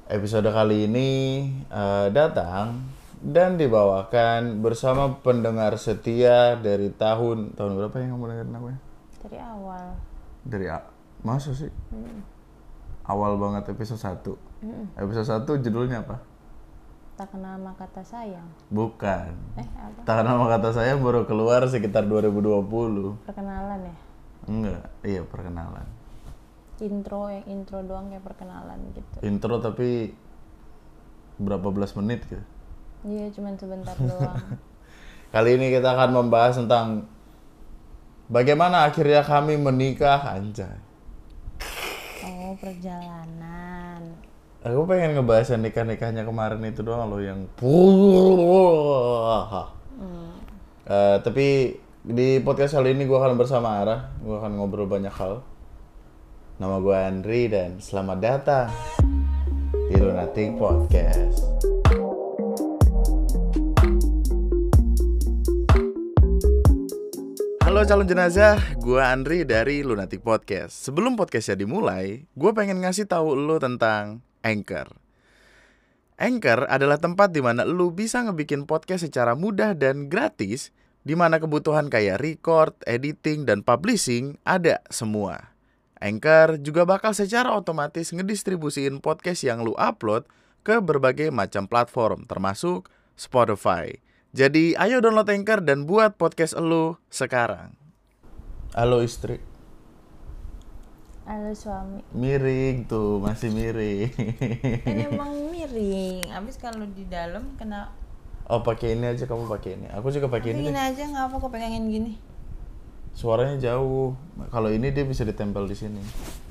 Episode kali ini datang dan dibawakan bersama pendengar setia dari tahun berapa yang kamu dengerin namanya? Dari awal. Masa sih? Awal banget episode 1. Episode 1 judulnya apa? Tak kenal maka kata sayang. Bukan. Apa? Tak kenal maka kata sayang baru keluar sekitar 2020. Perkenalan ya? Enggak, iya perkenalan. Intro doang kayak perkenalan gitu. Intro tapi berapa belas menit gitu. Iya, cuman sebentar doang. Kali ini kita akan membahas tentang bagaimana akhirnya kami menikah, anjay. Oh, perjalanan. Aku pengen ngebahas yang nikah-nikahnya kemarin itu doang loh yang tapi di podcast kali ini gue akan bersama Ara. Gue akan ngobrol banyak hal. Nama gue Andri dan selamat datang di Lunatic Podcast. Halo calon jenazah, gue Andri dari Lunatic Podcast. Sebelum podcastnya dimulai, gue pengen ngasih tahu lo tentang Anchor. Anchor adalah tempat di mana lo bisa ngebikin podcast secara mudah dan gratis, di mana kebutuhan kayak record, editing, dan publishing ada semua. Anchor juga bakal secara otomatis ngedistribusiin podcast yang lu upload ke berbagai macam platform, termasuk Spotify. Jadi ayo download Anchor dan buat podcast lu sekarang. Halo istri. Halo suami. Miring tuh, masih miring. Kan emang miring. Abis kalau di dalam kena. Oh pakai ini aja, kamu pakai ini. Aku juga pakai ini Gini deh. aja nggak apa, kok pegangin gini. Suaranya jauh. Kalau ini dia bisa ditempel di sini.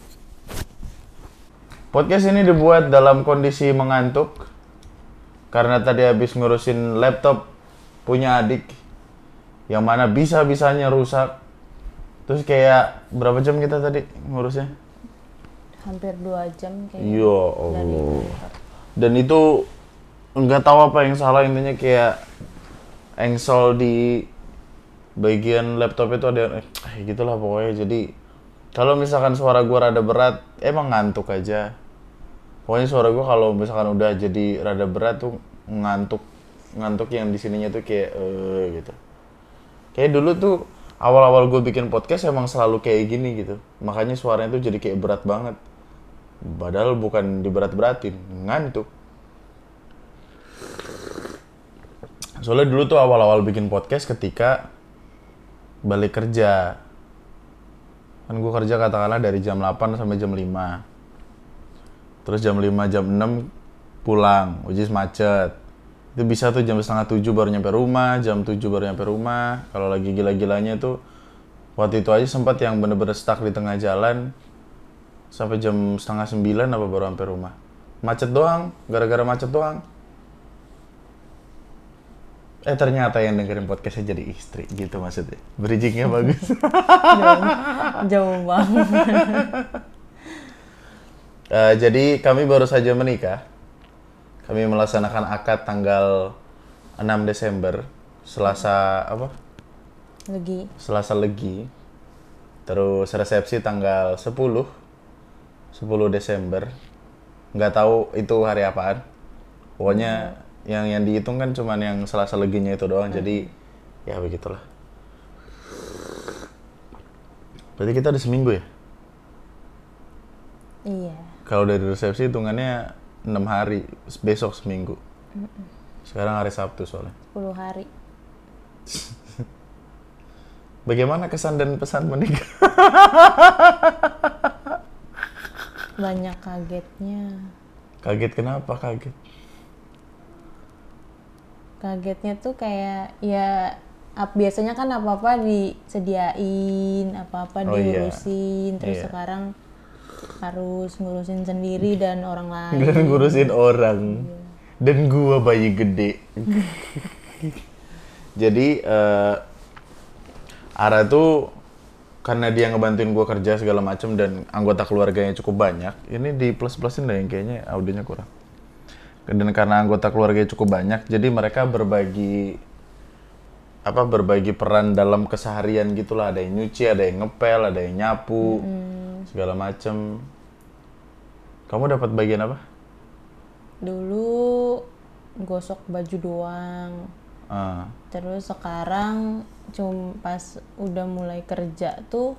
Podcast ini dibuat dalam kondisi mengantuk karena tadi habis ngurusin laptop punya adik yang mana bisa-bisanya rusak. Terus kayak berapa jam kita tadi ngurusnya? Hampir 2 jam kayaknya. Ya Allah. Dan itu nggak tahu apa yang salah, intinya kayak engsel di bagian laptop itu ada gitulah pokoknya. Jadi kalau misalkan suara gua rada berat, emang ngantuk aja. Pokoknya suara gua kalau misalkan udah jadi rada berat tuh ngantuk yang di sininya tuh kayak gitu. Kayak dulu tuh awal-awal gue bikin podcast emang selalu kayak gini gitu. Makanya suaranya tuh jadi kayak berat banget. Padahal bukan diberat-beratin, ngantuk. Soalnya dulu tuh awal-awal bikin podcast ketika balik kerja. Kan gue kerja katakanlah dari jam 8 sampai jam 5. Terus jam 5, jam 6 pulang, which is macet. Itu bisa tuh jam 6:30 baru nyampe rumah, jam 7 baru nyampe rumah. Kalau lagi gila-gilanya tuh waktu itu aja sempat yang bener-bener stuck di tengah jalan sampai jam 8:30 apa baru sampai rumah. Macet doang, gara-gara macet doang. Ternyata yang dengerin podcastnya jadi istri gitu maksudnya. Bridgingnya bagus. Jauh banget. Jadi kami baru saja menikah. Kami melaksanakan akad tanggal 6 Desember, Selasa apa? Selasa Legi. Terus resepsi tanggal 10 Desember. Nggak tahu itu hari apaan. Pokoknya yang dihitung kan cuman yang Selasa Leginya itu doang. Jadi ya begitulah. Berarti kita ada seminggu ya? Iya. Kalau dari resepsi hitungannya 6 hari, besok seminggu. Sekarang hari Sabtu soalnya. 10 hari. Bagaimana kesan dan pesan menikah? Banyak kagetnya. Kaget kenapa kaget? Kagetnya tuh kayak ya biasanya kan apa-apa disediain, apa-apa diurusin, terus sekarang harus ngurusin sendiri dan orang lain. Dan ngurusin orang. Iya. Dan gua bayi gede. Jadi Ara tuh karena dia ngebantuin gua kerja segala macem dan anggota keluarganya cukup banyak. Ini di plus-plusin deh yang kayaknya audionya kurang. Dan karena anggota keluarganya cukup banyak, jadi mereka berbagi peran dalam keseharian gitulah. Ada yang nyuci, ada yang ngepel, ada yang nyapu, segala macem. Kamu dapat bagian apa? Dulu gosok baju doang. Terus sekarang pas udah mulai kerja tuh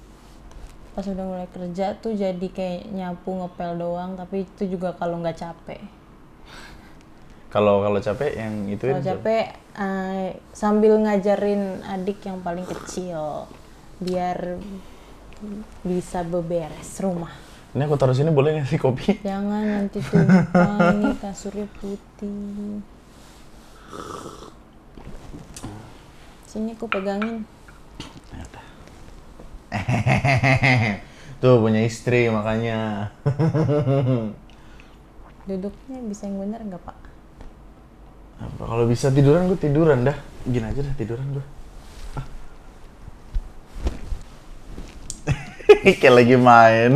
jadi kayak nyapu ngepel doang, tapi itu juga kalau nggak capek. Kalau capek yang itu Kalau capek sambil ngajarin adik yang paling kecil biar bisa beberes rumah. Ini aku taruh sini boleh nggak sih kopi? Jangan, nanti tumpah. Ini kasurnya putih. Sini aku pegangin. Tuh punya istri makanya. Duduknya bisa yang bener nggak, Pak? Kalau bisa tiduran, gue tiduran dah. Gini aja dah, tiduran gue. Kayak lagi main.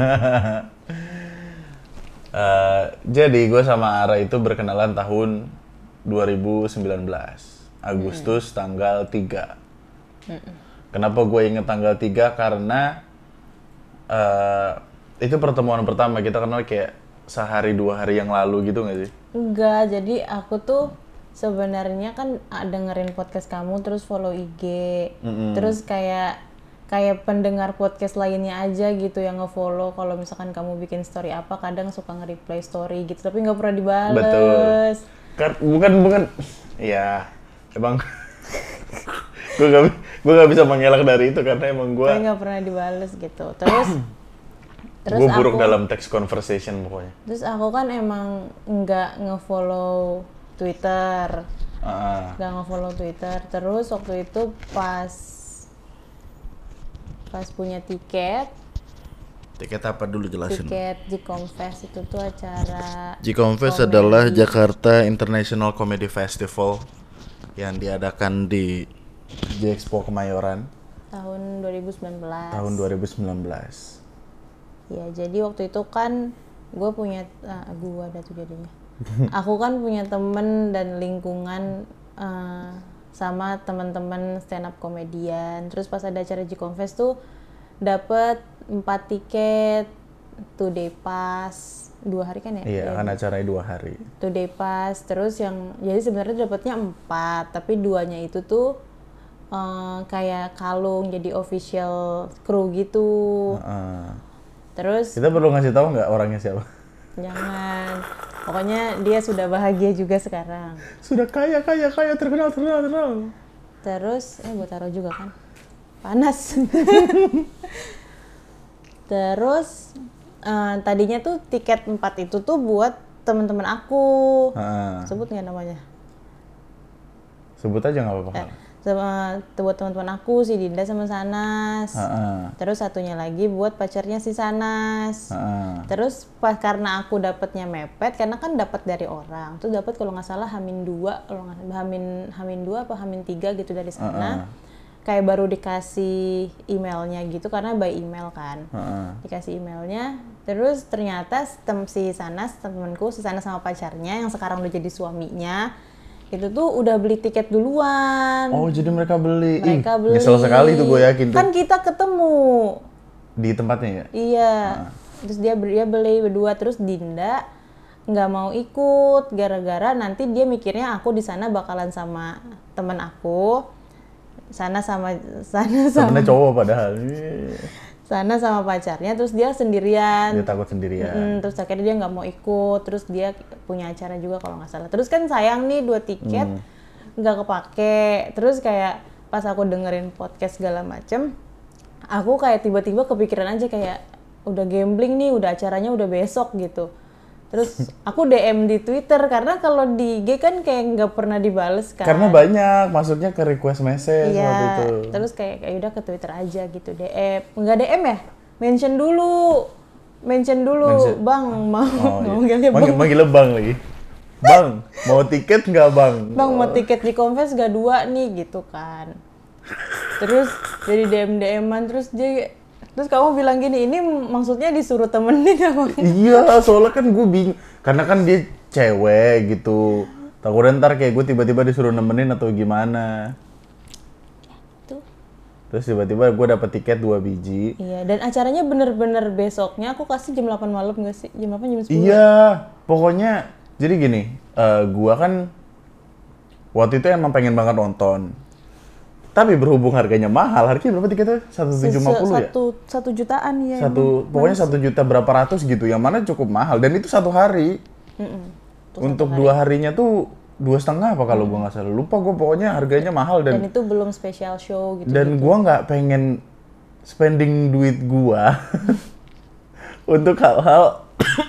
Jadi gue sama Ara itu berkenalan tahun 2019 Agustus tanggal 3. Kenapa gue inget tanggal 3? Karena itu pertemuan pertama kita kenal kayak sehari 2 hari yang lalu gitu nggak sih? Enggak, jadi aku tuh sebenarnya kan dengerin podcast kamu, terus follow IG, terus kayak pendengar podcast lainnya aja gitu yang nge-follow. Kalau misalkan kamu bikin story apa, kadang suka nge-reply story gitu, tapi nggak pernah dibales. Betul. Bukan. Ya, emang gue nggak bisa mengelak dari itu karena emang gue nggak pernah dibales gitu. Terus gue buruk dalam text conversation pokoknya. Terus aku kan emang nggak nge-follow Twitter. Nggak nge-follow Twitter. Terus waktu itu pas punya tiket apa dulu jelasin? Tiket G-Confess itu tuh acara. G-Confess adalah Jakarta International Comedy Festival yang diadakan di J-Expo Kemayoran tahun 2019. Ya, jadi waktu itu kan gue punya aku kan punya temen dan lingkungan sama teman-teman stand up komedian. Terus pas ada acara G-Confess tuh dapet 4 tiket 2 day pass, 2 hari kan ya? Iya, kan acaranya 2 hari. 2 day pass, terus jadi sebenarnya dapetnya 4, tapi 2-nya itu tuh kayak kalung, jadi official crew gitu. Terus kita perlu ngasih tahu nggak orangnya siapa? Jangan. Pokoknya dia sudah bahagia juga sekarang. Sudah kaya, terkenal. Terus, gue taruh juga kan. Panas. Terus, tadinya tuh tiket 4 itu tuh buat teman-teman aku. Sebut nggak namanya? Sebut aja nggak apa-apa. Buat teman-teman aku, si Dinda sama Sanas. Terus satunya lagi buat pacarnya si Sanas. Terus karena aku dapatnya mepet, karena kan dapat dari orang. Terus dapat kalau nggak salah H-2, kalau nggak salah H-2 apa H-3 gitu dari sana. Kayak baru dikasih emailnya gitu, karena by email kan. Dikasih emailnya. Terus ternyata si Sanas, temanku, si Sanas sama pacarnya yang sekarang udah jadi suaminya, itu tuh udah beli tiket duluan. Oh, jadi mereka beli. Nyesel sekali tuh, gue yakin tuh. Kan kita ketemu di tempatnya ya? Iya. Terus dia beli berdua, terus Dinda nggak mau ikut gara-gara nanti dia mikirnya aku di sana bakalan sama temen aku. Temennya cowok padahal. Sana sama pacarnya, terus dia sendirian. Dia takut sendirian. Terus akhirnya dia nggak mau ikut, terus dia punya acara juga kalau nggak salah. Terus kan sayang nih 2 tiket nggak kepake. Terus kayak pas aku dengerin podcast segala macem, aku kayak tiba-tiba kepikiran aja kayak udah gambling nih, udah acaranya udah besok gitu. Terus aku DM di Twitter, karena kalau di IG kan kayak nggak pernah dibales kan. Karena banyak, masuknya ke request message waktu itu. Terus kayak udah ke Twitter aja gitu, DM. Nggak DM ya? Mention dulu. Bang, manggilnya Bang lagi. Bang, mau tiket nggak Bang? Bang, mau tiket di Confess nggak 2 nih gitu kan. Terus jadi DM-an, terus kamu bilang gini, ini maksudnya disuruh temenin apa? Iya, soalnya kan gue bingung. Karena kan dia cewek gitu. Takutnya ntar kayak gue tiba-tiba disuruh nemenin atau gimana. Tuh. Terus tiba-tiba gue dapet tiket 2 biji. Iya, dan acaranya bener-bener besoknya aku kasih jam 8 malam nggak sih? Jam 8, jam 10? Iya, pokoknya jadi gini, gue kan waktu itu emang pengen banget nonton. Tapi berhubung harganya mahal, harganya berapa tiketnya? 1.750 ya? 1 jutaan ya. Pokoknya 1 juta berapa ratus gitu, yang mana cukup mahal. Dan itu 1 hari. Untuk 2 harinya tuh 2,5 apa kalau gue nggak salah. Lupa gue, pokoknya harganya mahal. Dan itu belum special show gitu. Dan gue nggak pengen spending duit gue untuk hal-hal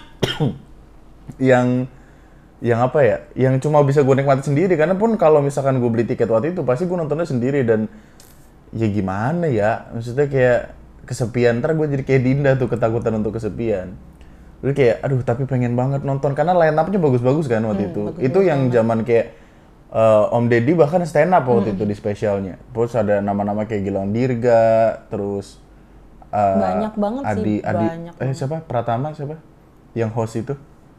yang apa ya, yang cuma bisa gue nikmati sendiri. Karena pun kalau misalkan gue beli tiket waktu itu pasti gue nontonnya sendiri, dan ya gimana ya, maksudnya kayak kesepian. Ntar gue jadi kayak Dinda tuh, ketakutan untuk kesepian. Jadi kayak aduh, tapi pengen banget nonton karena line up-nya bagus-bagus kan waktu itu. Itu yang zaman kayak Om Deddy bahkan stand up waktu itu di spesialnya. Terus ada nama-nama kayak Gilang Dirga, terus banyak banget Adi, sih, banyak. Siapa? Pratama siapa? Yang host itu?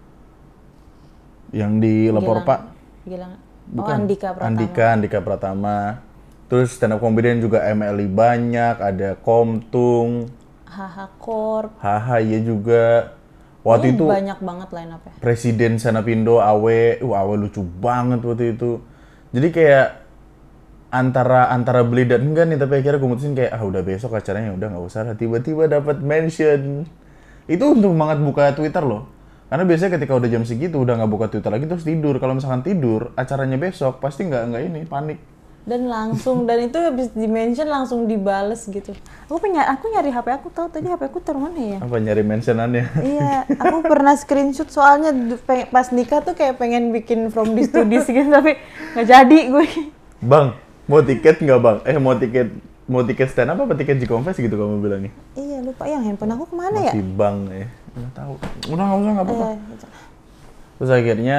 Yang di Lapor Pak. Gilang. Bukan. Andika Pratama. Andika Pratama. Terus stand up comedian juga MLI banyak, ada Komtung, Haha Korp. Haha iya juga. Waktu itu banyak banget line up-nya. Presiden Sanapindo Awe, Awe lucu banget waktu itu. Jadi kayak antara beli dan enggak nih, tapi akhirnya gue mutusin kayak udah besok acaranya, udah nggak usah lah. Tiba-tiba dapat mention. Itu untuk banget buka Twitter loh. Karena biasanya ketika udah jam segitu udah nggak buka Twitter lagi terus tidur. Kalau misalkan tidur, acaranya besok pasti nggak ini, panik. Dan itu habis di-mention langsung dibales gitu. Aku nyari HP aku, tahu tadi HP aku taruh mana ya? Apa nyari mentionannya? Iya, aku pernah screenshot soalnya pas nikah tuh kayak pengen bikin from this to this gitu, tapi nggak jadi gue. Bang, mau tiket nggak bang? Mau tiket stand up apa tiket G-Confess gitu kamu bilangnya? Iya, lupa yang handphone aku kemana ya? Masih bang ya, nggak tahu. Udah nggak usah, nggak apa-apa. Terus akhirnya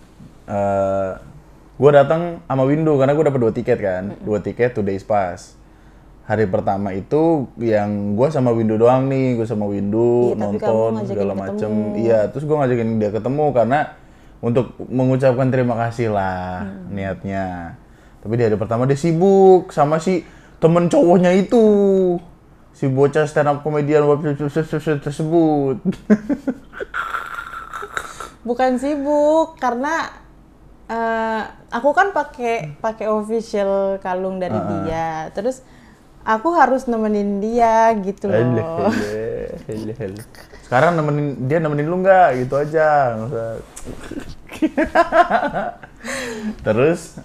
gue datang sama Windu karena gue dapat 2 tiket kan, 2 tiket 2 days pass. Hari pertama itu yang gue sama Windu doang nih, gue sama Windu nonton segala macem. Iya, terus gue ngajakin dia ketemu karena untuk mengucapkan terima kasih lah niatnya. Tapi di hari pertama dia sibuk sama si temen cowoknya itu, si bocah stand up komedian tersebut. Bukan sibuk karena aku kan pakai official kalung dari dia, terus aku harus nemenin dia gitu loh. Sekarang nemenin lu nggak gitu aja, nggak usah. Terus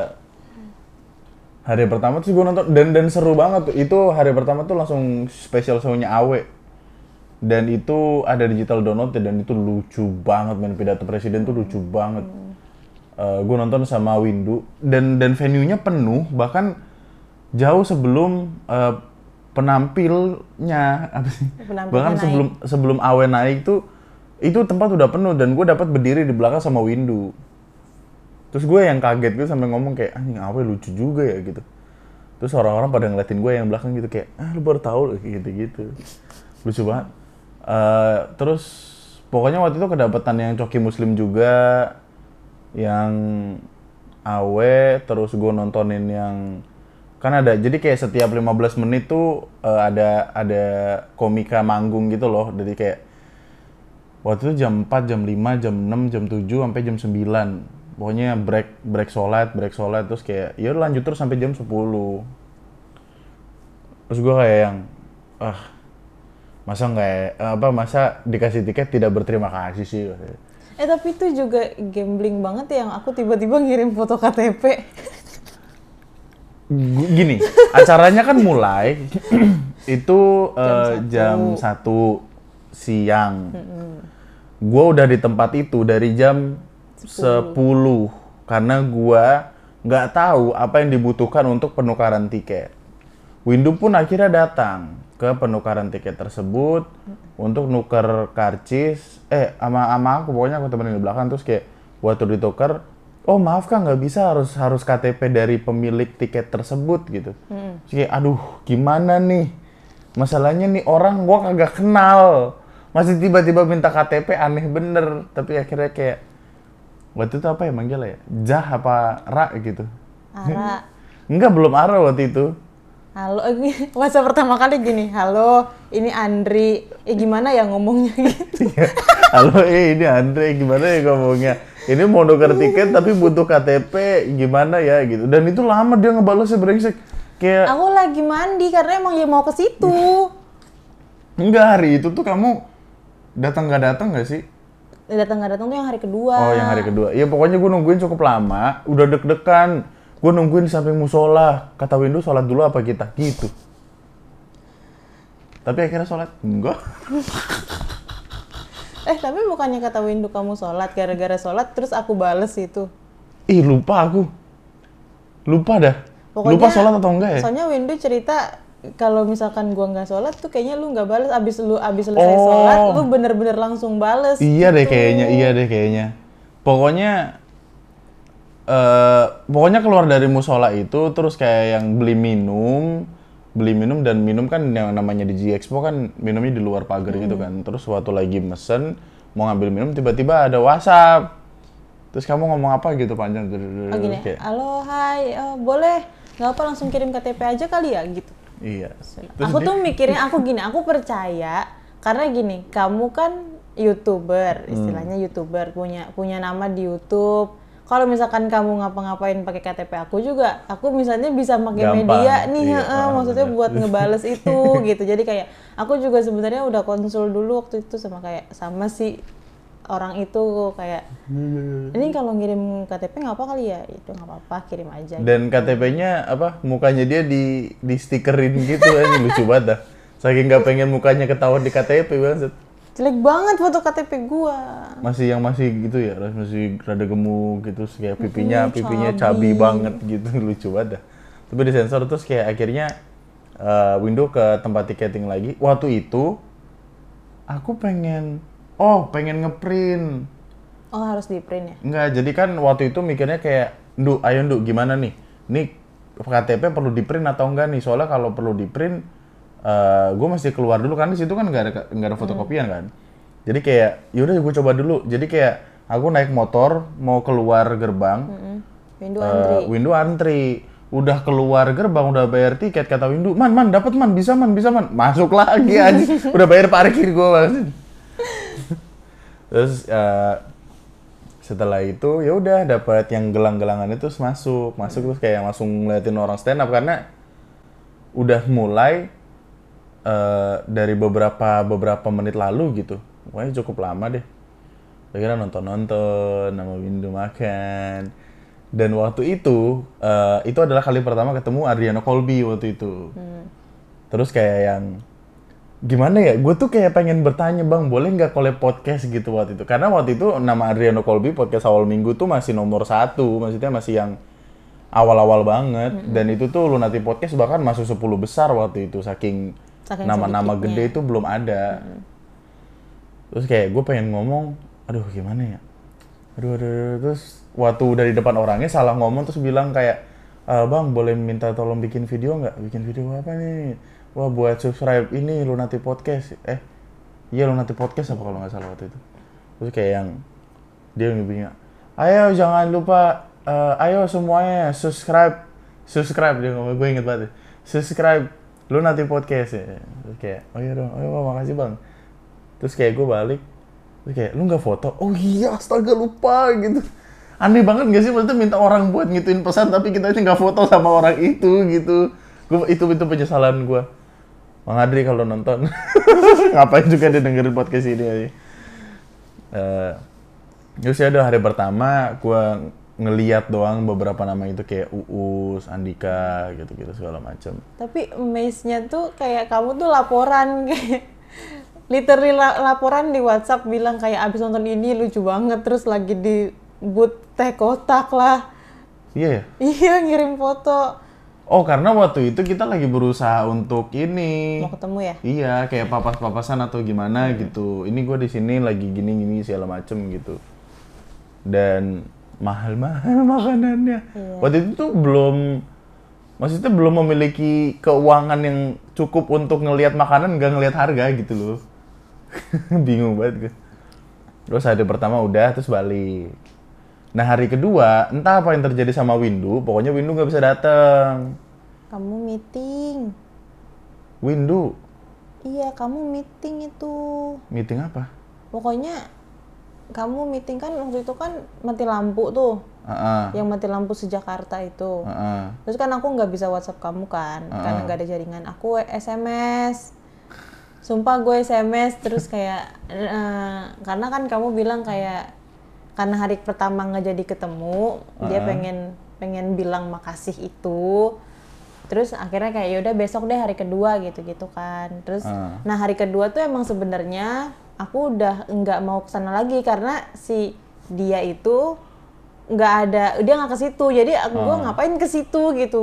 hari pertama tuh gue nonton dan seru banget tuh. Itu hari pertama tuh langsung special show-nya Awe. Dan itu ada digital download dan itu lucu banget, men. Pidato presiden tuh lucu banget. Gue nonton sama Windu dan venue-nya penuh, bahkan jauh sebelum penampilnya apa sih? Bahkan sebelum Awe naik tuh itu tempat udah penuh dan gue dapat berdiri di belakang sama Windu. Terus gue yang kaget gitu sampai ngomong kayak anjing Awe lucu juga ya gitu. Terus orang-orang pada ngeliatin gue yang belakang gitu kayak lu baru tahu gitu. Lucu banget. Terus pokoknya waktu itu kedapatan yang Coki Muslim juga, yang Awe, terus gue nontonin yang kan ada, jadi kayak setiap 15 menit tuh ada komika manggung gitu loh. Jadi kayak waktu itu jam 4, jam 5, jam 6, jam 7 sampai jam 9. Pokoknya break sholat terus kayak ya udah lanjut terus sampai jam 10. Terus gue kayak yang masa dikasih tiket tidak berterima kasih sih. Tapi itu juga gambling banget yang aku tiba-tiba ngirim foto KTP. Gini, acaranya kan mulai itu jam 1 siang. Gue udah di tempat itu dari jam 10 karena gue nggak tahu apa yang dibutuhkan untuk penukaran tiket. Windu pun akhirnya datang ke penukaran tiket tersebut untuk nuker karcis sama aku, pokoknya aku temenin di belakang. Terus kayak waktu ditukar, oh maaf Kak, nggak bisa, harus KTP dari pemilik tiket tersebut gitu. Terus kayak aduh gimana nih, masalahnya nih orang gua kagak kenal, masih tiba-tiba minta KTP, aneh bener. Tapi akhirnya kayak waktu itu apa ya manggilnya ya, Jah apa Ra gitu. Ara. Enggak, belum Ara waktu itu. halo, masa pertama kali gini, halo, ini Andri, gimana ya ngomongnya gitu. Halo, ini Andre, gimana ya ngomongnya? Ini mau nuker tiket tapi butuh KTP, gimana ya gitu. Dan itu lama dia ngebalesnya brengsek. Kayak Aku lagi mandi karena emang dia mau ke situ. enggak, hari itu tuh kamu datang nggak sih? Datang nggak datang tuh yang hari kedua. Oh, yang hari kedua. Ya pokoknya gue nungguin cukup lama, udah deg-degan. Gue nungguin di samping musola. Kata Windu sholat dulu apa kita? Gitu. Tapi akhirnya sholat. Enggak. Tapi bukannya kata Windu kamu sholat, gara-gara sholat terus aku bales itu. Ih, lupa aku. Lupa dah. Pokoknya, lupa sholat atau enggak ya? Soalnya Windu cerita kalau misalkan gua nggak sholat tuh kayaknya lu nggak bales, abis selesai sholat lu bener-bener langsung bales. Iya gitu. deh kayaknya. Pokoknya keluar dari musola itu terus kayak yang beli minum dan minum kan yang namanya di G-Expo kan minumnya di luar pagar gitu kan. Terus waktu lagi mesen mau ngambil minum tiba-tiba ada WhatsApp. Terus kamu ngomong apa gitu panjang gini, kayak, halo, hai, boleh nggak apa langsung kirim KTP aja kali ya gitu. Iya. Aku tuh mikirnya aku percaya karena gini, kamu kan YouTuber, istilahnya YouTuber punya nama di YouTube. Kalau misalkan kamu ngapa-ngapain pakai KTP aku juga, aku misalnya bisa pakai media nih, iya, maksudnya buat ngebales itu gitu. Jadi kayak aku juga sebenarnya udah konsul dulu waktu itu sama si orang itu kayak ini kalau ngirim KTP nggak apa kali ya, itu nggak apa-apa kirim aja. Dan gitu. KTP-nya apa? Mukanya dia di stikerin gitu aja lucu banget dah. Saking nggak pengen mukanya ketahuan di KTP banget. Jelek banget foto KTP gua. Masih gitu ya, masih rada gemuk gitu, kayak pipinya cabi banget gitu, lucu banget dah. Tapi disensor terus kayak akhirnya Windu ke tempat tiketing lagi. Waktu itu aku pengen ngeprint. Oh, harus di print ya? Enggak, jadi kan waktu itu mikirnya kayak, ayo gimana nih? Nih KTP perlu di print atau enggak nih? Soalnya kalau perlu di print gue mesti keluar dulu kan di situ kan nggak ada fotokopian kan. Jadi kayak yaudah gue coba dulu. Jadi kayak aku naik motor mau keluar gerbang. Windu antri. Udah keluar gerbang, udah bayar tiket, kata Windu, man dapat bisa man. Masuk lagi aja. Udah bayar parkir gue banget. Terus setelah itu ya udah dapat yang gelang-gelangan itu terus masuk terus kayak langsung ngeliatin orang stand up karena udah mulai dari beberapa menit lalu gitu, pokoknya cukup lama deh. Akhirnya nonton sama Windu makan. Dan waktu itu adalah kali pertama ketemu Adriano Colby waktu itu. Terus kayak yang gimana ya, gue tuh kayak pengen bertanya, bang boleh nggak collab podcast gitu waktu itu, karena waktu itu nama Adriano Colby podcast awal minggu tuh masih nomor 1, maksudnya masih yang awal-awal banget. Dan itu tuh Lunatic Podcast bahkan masuk 10 besar waktu itu, saking nama-nama gede itu belum ada. Terus kayak gue pengen ngomong, aduh gimana ya, aduh. Terus waktu udah di depan orangnya salah ngomong terus bilang kayak, bang boleh minta tolong bikin video nggak? Bikin video apa nih? Wah buat subscribe ini Lunatic Podcast. Iya Lunatic Podcast apa kalau nggak salah waktu itu. Terus kayak yang dia bilang, ayo jangan lupa, ayo semuanya subscribe dia ngomong, gue inget banget. Subscribe Lunatic Podcast ya. Terus kayak, oh iya dong, makasih bang. Terus kayak gue balik, terus kayak, lu nggak foto? Oh iya, astaga lupa gitu. Aneh banget gak sih, maksudnya minta orang buat ngituin pesan tapi kita aja nggak foto sama orang itu gitu. Itu penyesalan gue. Bang Adri kalau nonton, ngapain juga dia dengerin podcast ini aja. Terus ya udah hari pertama gue ngeliat doang beberapa nama itu kayak Uus, Andika gitu-gitu segala macam. Tapi amaze-nya tuh kayak kamu tuh laporan kayak literally laporan di WhatsApp bilang kayak abis nonton ini lucu banget, terus lagi di booth teh kotak lah. Iya ya? Iya, ngirim foto. Oh, karena waktu itu kita lagi berusaha untuk ini. Mau ketemu ya? Iya, kayak papas-papasan atau gimana gitu. Ini gue di sini lagi gini segala macem gitu. Dan mahal-mahal makanannya. Iya. Waktu itu tuh maksudnya belum memiliki keuangan yang cukup untuk ngelihat makanan, nggak ngelihat harga gitu loh. Bingung banget gue. Terus hari pertama udah, terus balik. Nah hari kedua, entah apa yang terjadi sama Windu, pokoknya Windu nggak bisa datang. Kamu meeting. Windu. Iya, kamu meeting itu. Meeting apa? Pokoknya kamu meeting kan waktu itu kan mati lampu tuh. Yang mati lampu se-Jakarta itu. Terus kan aku nggak bisa WhatsApp kamu kan, karena nggak ada jaringan. Aku SMS. Sumpah gue SMS terus kayak karena kan kamu bilang kayak karena hari pertama nggak jadi ketemu, dia pengen bilang makasih itu. Terus akhirnya kayak yaudah besok deh hari kedua gitu kan. Terus nah hari kedua tuh emang sebenarnya aku udah nggak mau kesana lagi karena si dia itu dia nggak ke situ. Jadi gue ngapain ke situ gitu,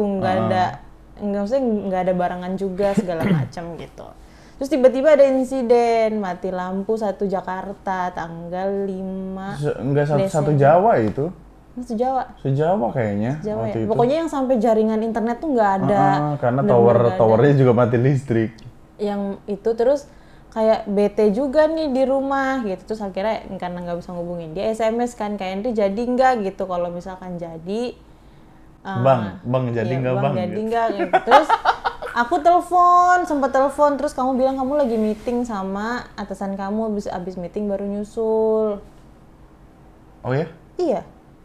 nggak ada barengan juga segala macam gitu. Terus tiba-tiba ada insiden mati lampu satu Jakarta tanggal 5 satu Jawa itu. Sejawa kayaknya. Sejawa ya? Pokoknya yang sampai jaringan internet tuh nggak ada. Karena towernya juga mati listrik. Yang itu terus kayak bete juga nih di rumah gitu. Terus akhirnya karena nggak bisa ngubungin dia SMS kan kayak nanti jadi nggak gitu. Kalau misalkan jadi bang jadi nggak bang jadi nggak gitu. Terus aku sempat telepon terus kamu bilang kamu lagi meeting sama atasan kamu, abis meeting baru nyusul. Oh ya? Iya.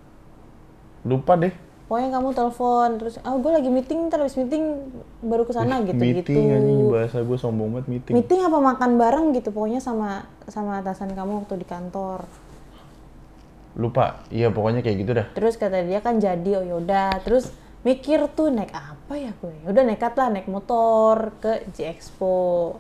Lupa deh. Pokoknya kamu telepon terus, gue lagi meeting, ntar habis meeting baru kesana gitu. Meeting anjing, bahasa gue sombong banget meeting. Meeting apa makan bareng gitu, pokoknya sama atasan kamu waktu di kantor. Lupa, iya pokoknya kayak gitu dah. Terus kata dia kan jadi, oh yaudah. Terus mikir tuh naik apa ya gue, udah nekat lah naik motor ke J-Expo.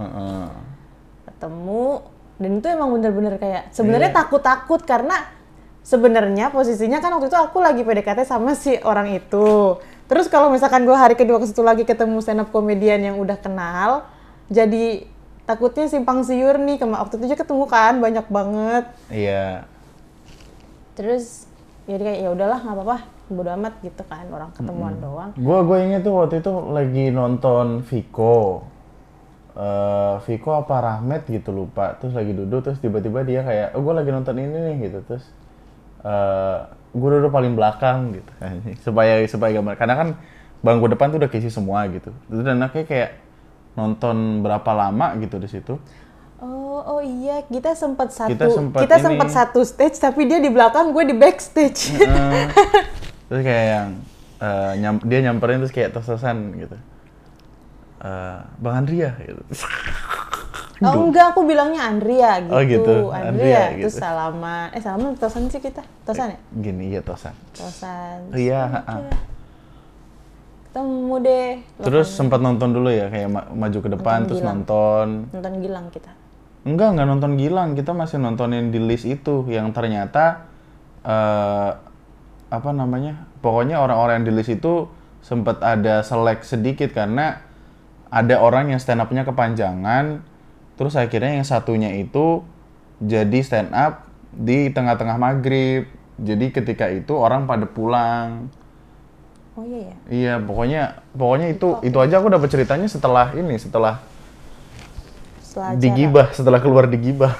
Ketemu, dan itu emang bener-bener kayak, sebenarnya takut-takut karena sebenarnya posisinya kan waktu itu aku lagi PDKT sama si orang itu. Terus kalau misalkan gue hari kedua ke situ lagi ketemu stand up komedian yang udah kenal, jadi takutnya simpang siur nih. Waktu itu aja ketemu kan banyak banget. Iya. Terus jadi kayak ya udahlah nggak apa-apa, bodo amat gitu kan, orang ketemuan doang. Gue inget tuh waktu itu lagi nonton Viko. Viko apa Rahmat gitu lupa. Terus lagi duduk terus tiba-tiba dia kayak, gue lagi nonton ini nih gitu. Terus gue duduk paling belakang gitu supaya gambar karena kan bangku depan tuh udah keisi semua gitu. Dan anaknya kayak nonton berapa lama gitu di situ. Oh iya, kita sempat satu stage tapi dia di belakang, gue di backstage. Terus kayak yang dia nyamperin terus kayak terus-terusan gitu. Bang Andrea gitu. Oh enggak, aku bilangnya Andrea gitu. Oh gitu. Andrea gitu. Terus salaman tosan sih kita. Tosan ya? Gini, iya tosan. Iya, ketemu deh. Terus sempat nonton dulu ya, kayak maju ke depan terus nonton. Nonton Gilang kita. Enggak nonton Gilang, kita masih nontonin di list itu yang ternyata apa namanya? Pokoknya orang-orang yang di list itu sempat ada selek sedikit karena ada orang yang stand up-nya kepanjangan. Terus akhirnya yang satunya itu jadi stand up di tengah-tengah maghrib. Jadi ketika itu orang pada pulang. Oh iya ya? Iya, pokoknya itu aja aku dapat ceritanya setelah digibah, setelah keluar digibah.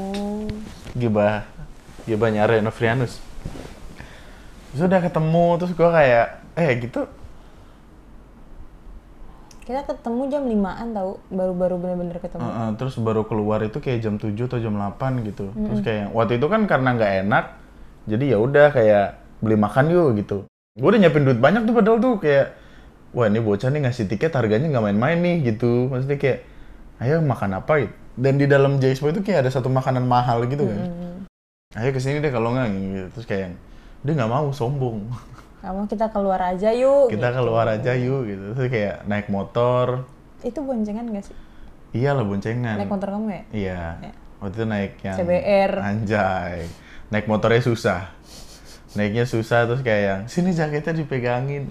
Gibahnya Reno Frianus. Sudah ketemu, terus gue kayak, gitu. Kita ketemu jam 5-an tau, baru bener-bener ketemu. Terus baru keluar itu kayak jam 7 atau jam 8 gitu. Terus kayak, waktu itu kan karena nggak enak, jadi ya udah kayak beli makan yuk gitu. Gue udah nyiapin duit banyak tuh padahal tuh kayak, wah ini bocah nih ngasih tiket harganya nggak main-main nih gitu. Maksudnya kayak, ayo makan apa gitu. Dan di dalam J-Expo itu kayak ada satu makanan mahal gitu kan. Ayo kesini deh kalau nggak gitu. Terus kayak, dia nggak mau, sombong. Kamu kita keluar aja yuk. Keluar aja yuk gitu. Terus kayak naik motor. Itu boncengan nggak sih? Iya lah boncengan. Naik motor kamu ya? Iya. Waktu itu naik yang CBR. Anjay. Naik motornya susah. Naiknya susah terus kayak yang sini jaketnya dipegangin.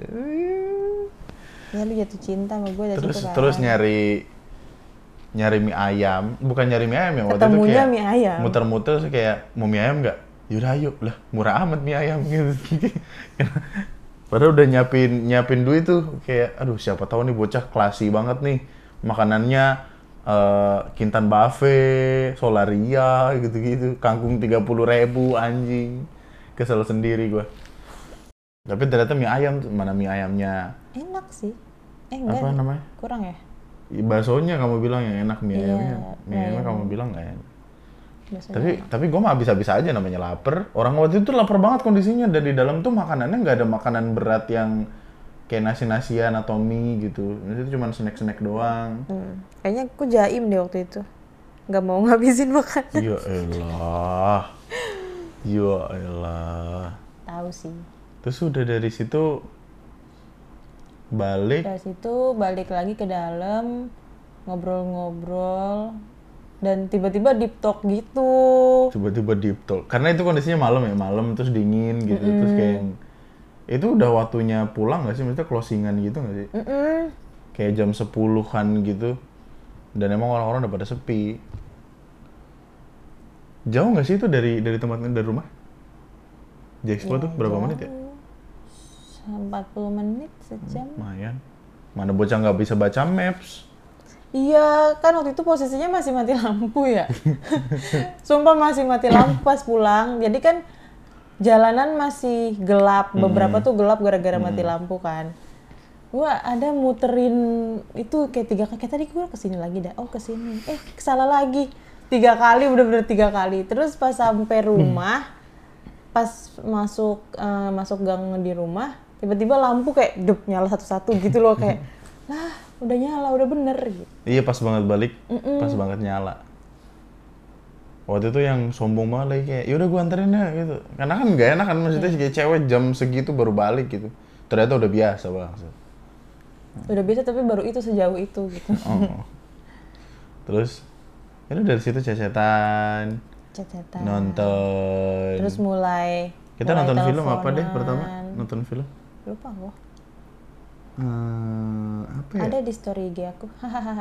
Ya lu jatuh cinta sama gue dari situ kan. Terus nyari mie ayam, bukan nyari mie ayam ya waktu ketemunya itu kayak mie ayam. Muter-muter terus kayak mau mie ayam nggak? Yaudah ayo lah, murah amat mie ayam gitu. Padahal udah nyiapin duit tuh kayak aduh siapa tahu nih bocah klasi banget nih. Makanannya Kintan Buffet, Solaria gitu-gitu, kangkung 30.000 anjing. Kesel sendiri gua. Tapi ternyata mie ayam, mana mie ayamnya? Enak sih. Enggak. Apa namanya? Kurang ya? Baksonya kamu bilang yang enak, mie Iya, ayamnya. Mie ayamnya kamu bilang nggak enak. Biasanya Tapi gue mah habis-habis aja, namanya lapar. Orang waktu itu lapar banget kondisinya, dan di dalam tuh makanannya nggak ada makanan berat yang kayak nasi-nasian atau mie gitu. Itu cuma snack-snack doang. Kayaknya aku jaim deh waktu itu. Nggak mau ngabisin makanan. Ya elah. Ya elah. Tahu sih. Terus udah dari situ balik. Dari situ balik lagi ke dalam, ngobrol-ngobrol, dan tiba-tiba deep talk gitu. Tiba-tiba deep talk. Karena itu kondisinya malam ya, malam terus dingin gitu. Terus kayak yang, itu udah waktunya pulang gak sih? Maksudnya closingan gitu gak sih? Kayak jam 10-an gitu. Dan emang orang-orang udah pada sepi. Jauh gak sih itu dari tempatnya, dari rumah? Jexpo tuh berapa menit ya? 40 menit, sejam. Lumayan. Mana bocah nggak bisa baca maps. Iya, kan waktu itu posisinya masih mati lampu ya. Sumpah masih mati lampu pas pulang. Jadi kan jalanan masih gelap. Beberapa tuh gelap gara-gara mati lampu kan. Gua ada muterin itu kayak 3 kali. Kayak tadi gue kesini lagi dah. Oh kesini. Salah lagi. 3 kali, bener-bener 3 kali. Terus pas sampai rumah, pas masuk gang di rumah, tiba-tiba lampu kayak nyala satu-satu gitu loh, kayak lah udah nyala, udah bener gitu. Iya pas banget balik, pas banget nyala. Waktu itu yang sombong banget lagi kayak, yaudah gue anterin ya gitu. Karena kan nggak enak kan, maksudnya kayak cewek jam segitu baru balik gitu. Ternyata udah biasa banget. Udah biasa tapi baru itu sejauh itu gitu. Oh. Terus, itu dari situ cecetan, nonton. Terus mulai Kita nonton film apa deh pertama? Nonton film? Lupa gua. Apa ya? Ada di story IG aku.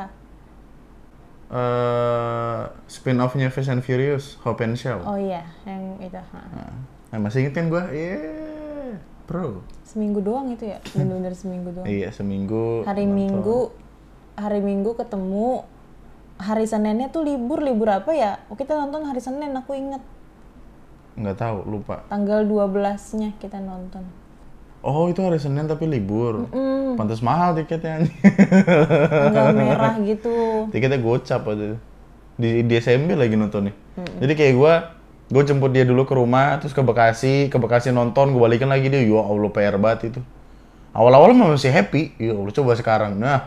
Spin-off-nya Fast and Furious, Hope and Show. Oh iya, yang itu. Masih inget kan gue? Yeah, bro. Seminggu doang itu ya? Bener-bener seminggu doang. Iya, seminggu. Hari Minggu ketemu. Hari Seninnya tuh libur apa ya? Oh, kita nonton hari Senin, aku inget. Nggak tahu, lupa. Tanggal 12-nya kita nonton. Oh, itu hari Senin tapi libur. Pantas mahal tiketnya. Tanggal merah gitu. Tiketnya gocap aja. Di SMP lagi nonton nih. Jadi kayak gue jemput dia dulu ke rumah, terus ke Bekasi nonton, gue balikin lagi dia. Ya Allah, PR banget itu. Awal-awal masih happy. Ya Allah, coba sekarang. Nah.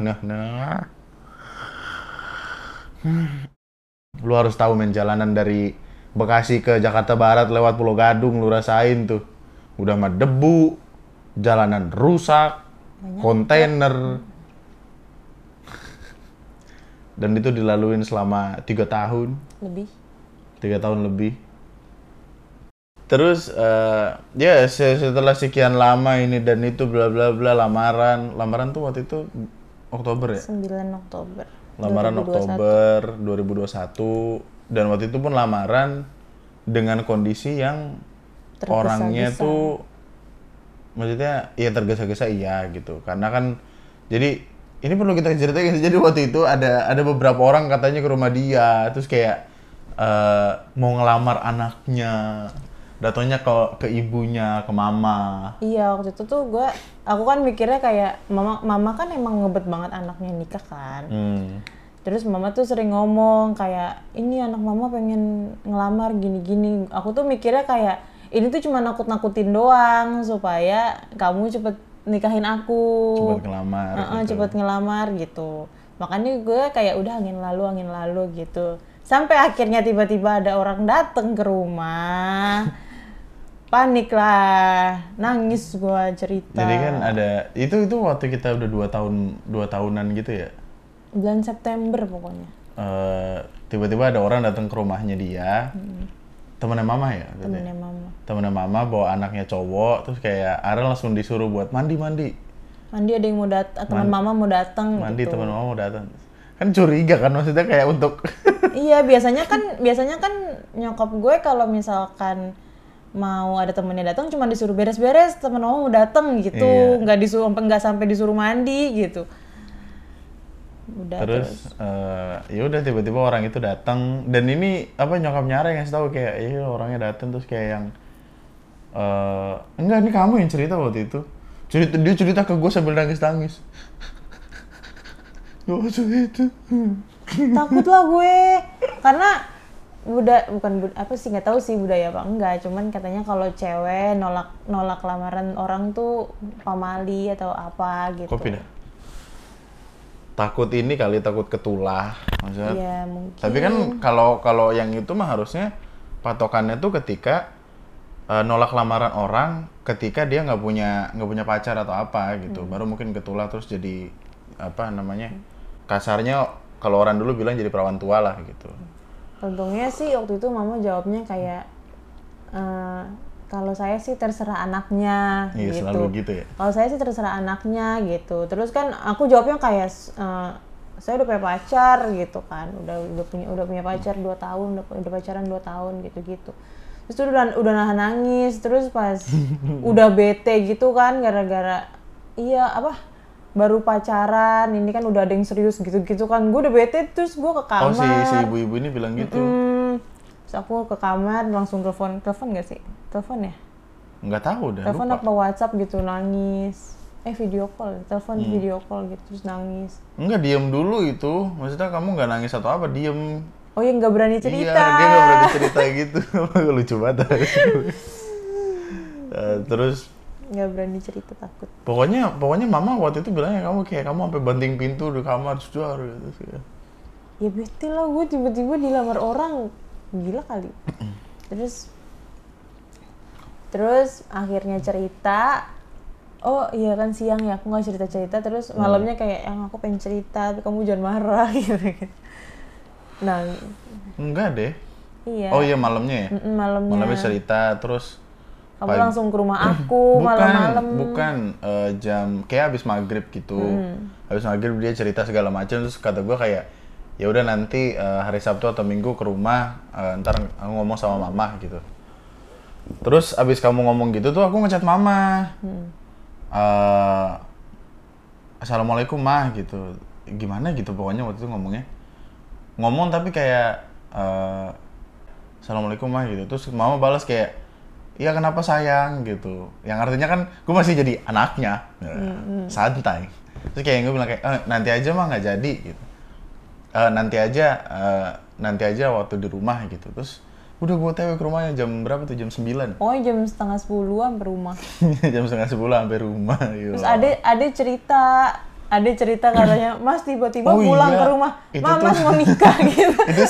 Lu harus tahu men, jalanan dari Bekasi ke Jakarta Barat lewat Pulau Gadung lu rasain tuh. Udah mah debu, jalanan rusak, kontainer. Dan itu dilaluin selama 3 tahun. Lebih. 3 tahun lebih. Terus ya setelah sekian lama ini dan itu bla bla bla, lamaran tuh waktu itu Oktober ya? 9 Oktober. Lamaran 2021. Oktober 2021, dan waktu itu pun lamaran dengan kondisi yang orangnya tuh maksudnya ya tergesa-gesa iya gitu. Karena kan jadi ini perlu kita ceritain. Jadi waktu itu ada beberapa orang katanya ke rumah dia, terus kayak mau ngelamar anaknya. Datangnya ke ibunya, ke mama. Iya, waktu itu tuh aku kan mikirnya kayak mama kan emang ngebet banget anaknya nikah kan. Terus mama tuh sering ngomong kayak, ini anak mama pengen ngelamar gini-gini. Aku tuh mikirnya kayak, ini tuh cuma nakut-nakutin doang supaya kamu cepet nikahin aku. Cepet ngelamar gitu. Cepet ngelamar gitu. Makanya gue kayak udah angin lalu gitu. Sampai akhirnya tiba-tiba ada orang dateng ke rumah. Panik lah, nangis gua cerita. Jadi kan ada itu waktu kita udah 2 tahunan gitu ya. Bulan September pokoknya. Tiba-tiba ada orang datang ke rumahnya dia. Temennya mama ya? Temennya mama bawa anaknya cowok, terus kayak Ariel langsung disuruh buat mandi. Mandi ada yang mau teman mama mau datang. Mandi gitu. Teman mama mau datang. Kan curiga kan, maksudnya kayak untuk. Iya, biasanya kan nyokap gue kalau misalkan mau ada temennya datang cuma disuruh beres-beres, temen mama mau datang gitu. Iya. nggak sampai disuruh mandi gitu. Udah terus ya udah tiba-tiba orang itu datang, dan ini apa nyokapnya Ara yang ngasih tahu kayak iya orangnya datang, terus kayak yang enggak, ini kamu yang cerita waktu itu. Dia cerita ke gue sambil nangis. Gak usah itu. Takut lah gue, karena apa sih, nggak tahu sih budaya apa enggak, cuman katanya kalau cewek nolak lamaran orang tuh pamali atau apa gitu. Kopi dah. Takut ini kali, takut ketulah maksudnya. Iya mungkin. Tapi kan kalau yang itu mah harusnya patokannya tuh ketika nolak lamaran orang ketika dia nggak punya pacar atau apa gitu. Baru mungkin ketulah terus jadi apa namanya? Kasarnya kalau orang dulu bilang jadi perawan tua lah gitu. Untungnya sih waktu itu mama jawabnya kayak kalau saya sih terserah anaknya. Iya, gitu. Selalu gitu ya. Kalau saya sih terserah anaknya gitu. Terus kan aku jawabnya kayak saya udah punya pacar gitu kan. Udah punya pacar 2 tahun, udah pacaran 2 tahun gitu-gitu. Terus tuh udah nahan nangis, terus pas udah bete gitu kan gara-gara baru pacaran, ini kan udah ada yang serius gitu-gitu kan. Gue udah bete, terus gue ke kamar. Oh, si ibu-ibu ini bilang gitu. Terus aku ke kamar langsung telepon gak sih? Telepon ya? Nggak tahu dah, Telepon lupa. apa WhatsApp gitu, nangis. Video call, telepon video call gitu, terus nangis. Enggak, diem dulu itu. Maksudnya kamu nggak nangis atau apa, diem. Oh ya, nggak berani cerita. Iya, dia nggak berani cerita gitu. Lucu banget. Terus Nggak berani cerita, takut. pokoknya mama waktu itu bilangnya kamu sampai banting pintu di kamar sudah gitu. Ya bete lah gue, tiba-tiba dilamar orang, gila kali. Terus akhirnya cerita. Oh iya kan siang ya, aku nggak cerita terus malamnya kayak yang aku pengen cerita tapi kamu jangan marah gitu. Nah, Enggak deh. iya. Oh iya, malamnya ya. Malamnya cerita terus kamu langsung ke rumah aku malam-malam. Bukan jam kayak habis maghrib gitu. Habis maghrib dia cerita segala macam, terus kata gue kayak ya udah nanti hari Sabtu atau Minggu ke rumah, ntar aku ngomong sama mama gitu. Terus abis kamu ngomong gitu tuh aku ngechat mama. Assalamualaikum mah gitu. Gimana gitu pokoknya waktu itu ngomong tapi kayak Assalamualaikum mah gitu. Terus mama balas kayak iya kenapa sayang gitu. Yang artinya kan gue masih jadi anaknya. Santai. Terus kayak gue bilang kayak nanti aja mah nggak jadi gitu. Nanti aja waktu di rumah gitu. Terus udah gue TW ke rumahnya jam berapa tuh? Jam 9. Oh, jam 9:30 sampai rumah. Jam 9:30 sampai rumah. Terus ada cerita katanya, Mas tiba-tiba pulang ke rumah, Mas mau nikah gitu. Itu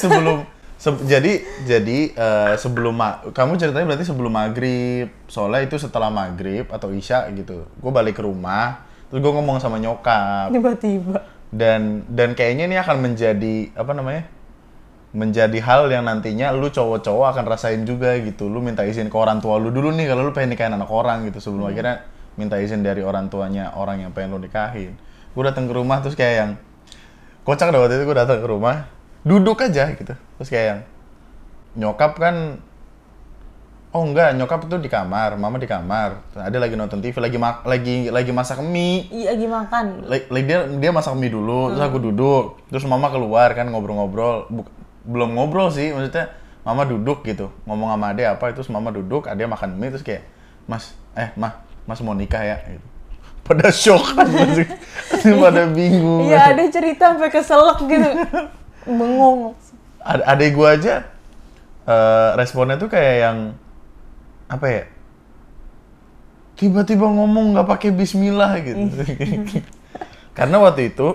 sebelum kamu ceritanya berarti sebelum maghrib, soalnya itu setelah maghrib atau isya gitu. Gue balik ke rumah, terus gue ngomong sama nyokap. Tiba-tiba. Dan kayaknya ini akan menjadi apa namanya? Menjadi hal yang nantinya lu cowok-cowok akan rasain juga gitu. Lu minta izin ke orang tua lu dulu nih kalau lu pengen nikahin anak orang gitu, sebelum akhirnya minta izin dari orang tuanya orang yang pengen lu nikahin. Gue datang ke rumah terus kayak yang kocak dah waktu itu. Gue datang ke rumah duduk aja gitu, terus kayak yang nyokap kan nyokap itu di kamar, mama di kamar, ada lagi nonton TV, lagi masak mie. Iya, lagi makan. Dia masak mie dulu, terus aku duduk, terus mama keluar kan ngobrol-ngobrol, belum ngobrol sih, maksudnya mama duduk gitu, ngomong sama ade apa, terus mama duduk, ade makan mie, terus kayak mas mau nikah ya gitu. Pada shock kan, pada bingung. Iya, ada cerita sampai keselak gitu. Bengong. Adek gue aja responnya tuh kayak yang apa ya? Tiba-tiba ngomong nggak pakai bismillah gitu. Karena waktu itu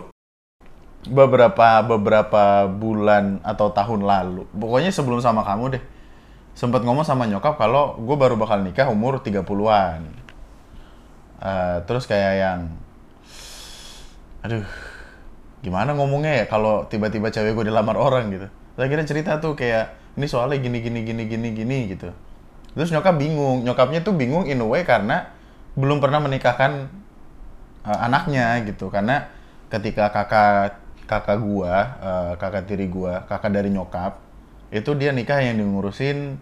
beberapa bulan atau tahun lalu, pokoknya sebelum sama kamu deh, sempat ngomong sama nyokap kalau gue baru bakal nikah umur 30-an. Terus kayak yang aduh, gimana ngomongnya ya kalau tiba-tiba cewek gue dilamar orang gitu. Terus akhirnya cerita tuh kayak ini soalnya gini gitu. Terus nyokap bingung, nyokapnya tuh bingung in a way karena belum pernah menikahkan anaknya gitu. Karena ketika kakak tiri gua, kakak dari nyokap, itu dia nikah yang ngurusin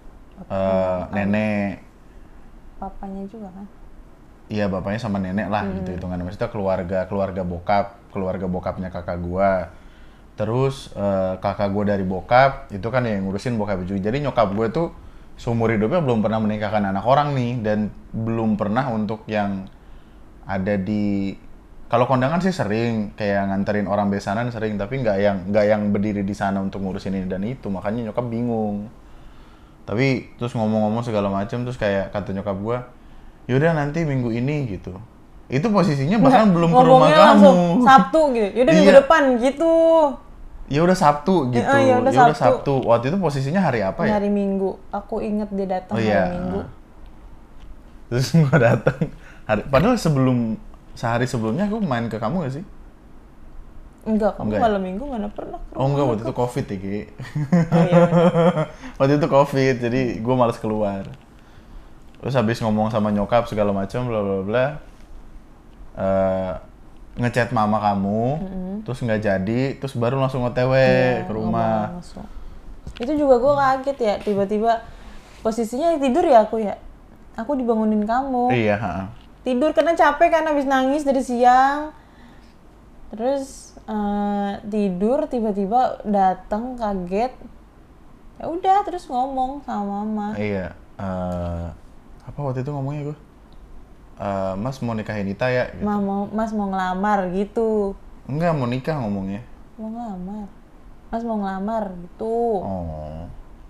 nenek. Papanya juga kan? Iya, bapaknya sama nenek lah gitu hitungan. Maksudnya keluarga bokapnya kakak gua. Terus kakak gua dari bokap itu kan yang ngurusin bokap juga. Jadi nyokap gua tuh seumur hidupnya belum pernah menikahkan anak orang nih, dan belum pernah untuk yang ada di Kalau kondangan sih sering, kayak nganterin orang besanan sering, tapi nggak yang berdiri di sana untuk ngurusin ini dan itu, makanya nyokap bingung. Tapi terus ngomong-ngomong segala macam, terus kayak kata nyokap gua, yaudah nanti minggu ini gitu. Itu posisinya bahkan belum ke rumah ngomongnya kamu. langsung Sabtu gitu. Yaudah minggu Iya. depan gitu. Ya udah Sabtu gitu. Ya udah Ya udah Sabtu. Sabtu. Waktu itu posisinya hari apa ya? Hari Minggu. Aku inget dia datang Oh iya. hari Minggu. Terus gua datang. Padahal sehari sebelumnya aku main ke kamu gak sih? Enggak, kamu Enggak ya? malam Minggu mana pernah ke Oh rumah enggak, aku. waktu itu Covid ya, Ki. Oh iya bener. Waktu itu Covid, jadi gue malas keluar. Terus habis ngomong sama nyokap segala macam, bla bla bla. Ngechat mama kamu, terus nggak jadi, terus baru langsung OTW Iya, ke ngomong rumah. langsung. Itu juga gue kaget ya, tiba-tiba posisinya tidur ya aku ya. Aku dibangunin kamu. Iya, ha. Tidur karena capek kan habis nangis dari siang. Terus tidur tiba-tiba datang kaget. Ya udah terus ngomong sama mama. Iya. Apa waktu itu ngomongnya gue? Mas mau nikahin Ita ya? Gitu. Mas mau ngelamar gitu. Enggak, mau nikah ngomongnya. Mau ngelamar. Mas mau ngelamar gitu. Oh.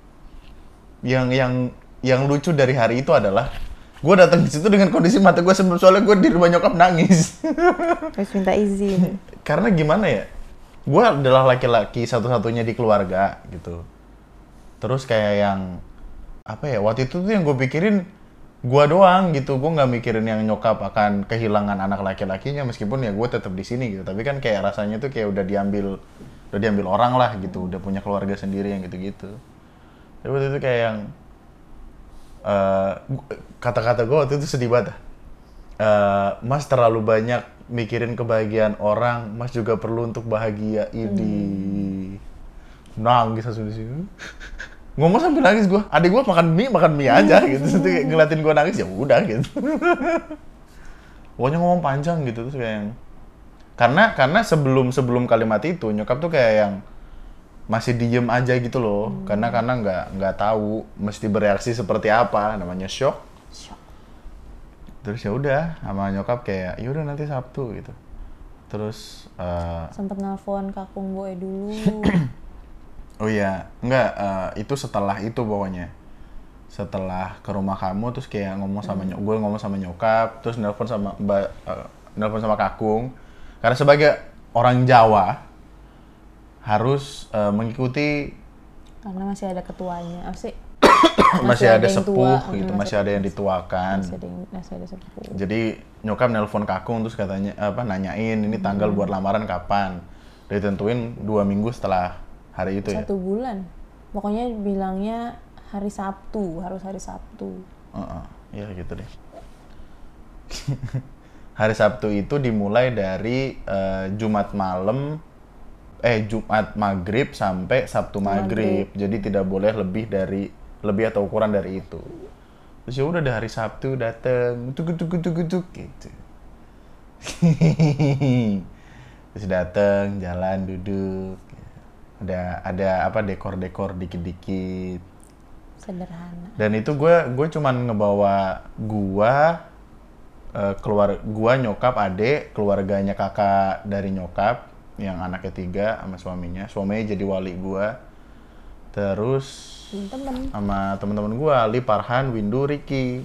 Yang lucu dari hari itu adalah gue datang di situ dengan kondisi mata gue sebelum, soalnya gue di rumah nyokap nangis. Terus minta izin. Karena gimana ya? Gue adalah laki-laki satu-satunya di keluarga gitu. Terus kayak yang apa ya? Waktu itu tuh yang gue pikirin gue doang gitu. Gue nggak mikirin yang nyokap akan kehilangan anak laki-lakinya, meskipun ya gue tetap di sini gitu. Tapi kan kayak rasanya tuh kayak udah diambil orang lah gitu. Udah punya keluarga sendiri yang gitu-gitu. Tapi waktu itu kayak yang kata-kata gue waktu itu sedih banget. Mas terlalu banyak mikirin kebahagiaan orang, Mas juga perlu untuk bahagia. Ini nangis langsung di sini. Ngomong sambil nangis gue. Adik gue makan mie aja gitu. Terus kayak ngeliatin gue nangis, ya udah gitu. Pokoknya ngomong panjang gitu, terus kayak yang karena sebelum kalimat itu nyokap tuh kayak yang masih diem aja gitu loh. Karena nggak tahu mesti bereaksi seperti apa, namanya shock. Terus ya udah sama nyokap kayak ya udah nanti Sabtu gitu. Terus Sempet nelfon kakung gue dulu. oh iya, enggak, itu setelah itu pokoknya. Setelah ke rumah kamu terus kayak ngomong sama gue ngomong sama nyokap, terus nelpon sama kakung. Karena sebagai orang Jawa harus mengikuti, Karena masih ada ketuanya. Apa sih? masih ada yang sepuh tua. gitu, masih ada yang dituakan. Masih ada sepuh. Jadi nyokap nelpon kakung terus katanya nanyain ini tanggal buat lamaran kapan. Ditentuin 2 minggu setelah hari itu ya. 1 bulan. Pokoknya bilangnya hari Sabtu, harus hari Sabtu. Ya gitu deh. Hari Sabtu itu dimulai dari Jumat maghrib sampai Sabtu maghrib. Jadi tidak boleh lebih atau ukuran dari itu. Terus ya udah hari Sabtu dateng, tuk gitu. Terus dateng, jalan, duduk. Ada dekor dikit-dikit. Sederhana. Dan itu gue cuman ngebawa gua nyokap, adik, keluarganya kakak dari nyokap yang anaknya 3 sama suaminya jadi wali gua. Terus sama teman-teman gua, Ali, Parhan, Windu, Ricky.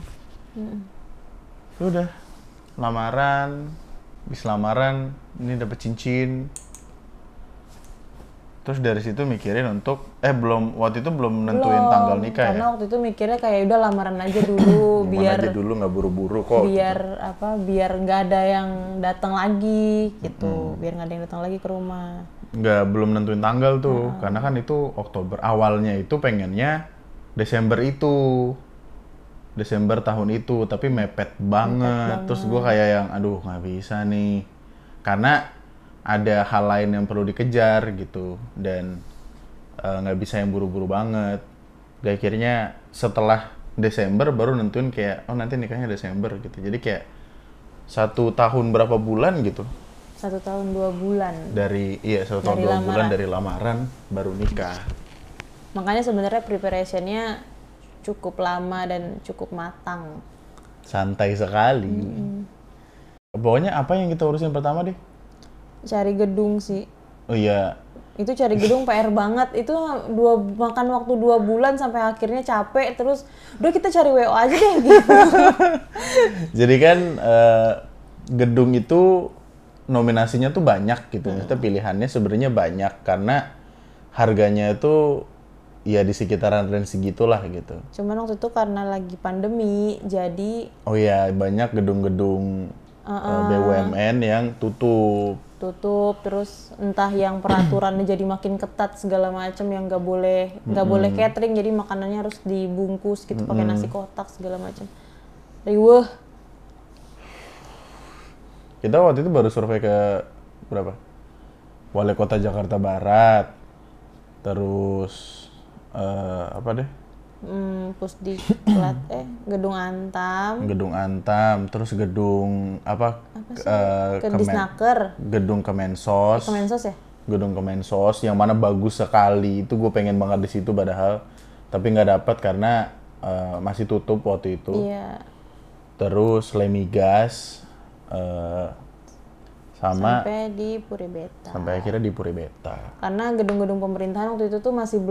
Udah lamaran, habis lamaran ini dapet cincin. Terus dari situ mikirin untuk waktu itu belum nentuin tanggal nikah karena ya. waktu itu mikirnya kayak udah lamaran aja dulu biar aja dulu, nggak buru-buru kok. biar nggak ada yang datang lagi gitu. Biar nggak ada yang datang lagi ke rumah. Belum nentuin tanggal tuh, karena kan itu Oktober. Awalnya itu pengennya Desember tahun itu, tapi mepet banget. Terus gue kayak yang aduh nggak bisa nih, karena ada hal lain yang perlu dikejar gitu, dan nggak bisa yang buru-buru banget. Dan akhirnya setelah Desember baru nentuin kayak nanti nikahnya Desember gitu. Jadi kayak 1 tahun berapa bulan gitu. 1 tahun 2 bulan. 1 tahun 2 bulan dari lamaran baru nikah. Makanya sebenarnya preparationnya cukup lama dan cukup matang. Santai sekali. Pokoknya apa yang kita urusin pertama deh? Cari gedung sih. Oh iya. Itu cari gedung PR banget. Itu makan waktu 2 bulan sampai akhirnya capek. Terus udah kita cari WO aja deh gitu. Jadi kan gedung itu nominasinya tuh banyak gitu. Maksudnya pilihannya sebenarnya banyak karena harganya itu ya di sekitaran range segitulah gitu. Cuman waktu itu karena lagi pandemi, jadi Oh iya, banyak gedung-gedung BUMN yang tutup. terus entah yang peraturannya jadi makin ketat segala macam yang nggak boleh catering, jadi makanannya harus dibungkus gitu pakai nasi kotak segala macam. Riweuh. Kita waktu itu baru survei ke berapa? Wali Kota Jakarta Barat. Terus apa deh? Pusdiklat Gedung Antam. Gedung Antam, terus gedung apa? Kedisnaker. Gedung Kemensos. Kemensos ya? Gedung Kemensos yang mana bagus sekali. Itu gue pengen banget di situ padahal, tapi nggak dapat karena masih tutup waktu itu. Iya. Terus Lemigas sama sampai di Puri Beta. Sampai akhirnya di Puri Beta. Karena gedung-gedung pemerintahan waktu itu tuh masih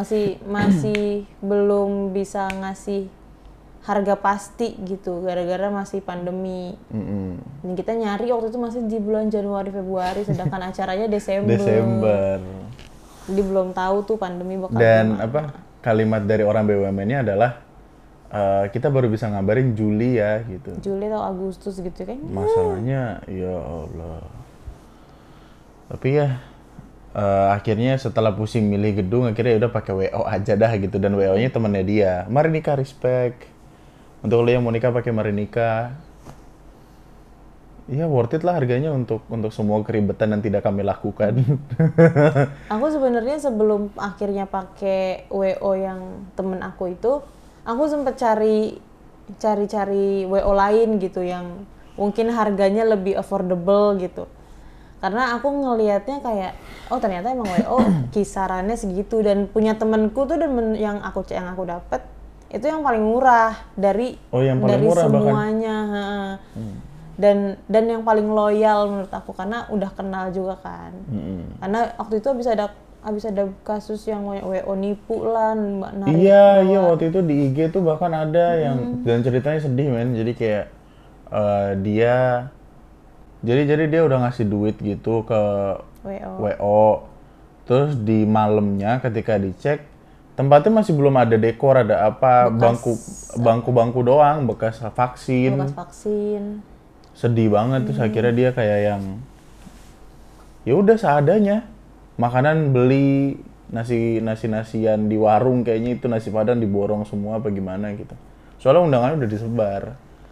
belum bisa ngasih harga pasti gitu, gara-gara masih pandemi. Dan kita nyari waktu itu masih di bulan Januari Februari, sedangkan acaranya Desember. Jadi belum tahu tuh pandemi bakal Dan gimana. Kalimat dari orang BUMN-nya adalah kita baru bisa ngabarin Juli ya gitu. Juli atau Agustus gitu kan? Masalahnya ya Allah. Tapi ya akhirnya setelah pusing milih gedung akhirnya udah pakai WO aja dah gitu, dan WO-nya temennya dia. Marinika respect. Untuk lo yang mau nikah pakai Marinika. Ya worth it lah harganya untuk semua keribetan yang tidak kami lakukan. Aku sebenarnya sebelum akhirnya pakai WO yang temen aku itu, aku sempat cari WO lain gitu yang mungkin harganya lebih affordable gitu. Karena aku ngelihatnya kayak, oh ternyata emang WO kisarannya segitu, dan punya temenku tuh yang aku dapat itu yang paling murah dari semuanya. Dan yang paling loyal menurut aku karena udah kenal juga kan. Karena waktu itu habis ada kasus yang WO nipu lah, narik. Iya waktu itu di IG tuh bahkan ada yang, dan ceritanya sedih men. Jadi kayak jadi dia udah ngasih duit gitu ke WO. Terus di malamnya ketika dicek tempatnya masih belum ada dekor, ada apa, bangku doang bekas vaksin. Sedih banget. Terus akhirnya dia kayak yang ya udah seadanya, makanan beli nasian di warung, kayaknya itu nasi padang diborong semua apa gimana gitu, soalnya undangannya udah disebar.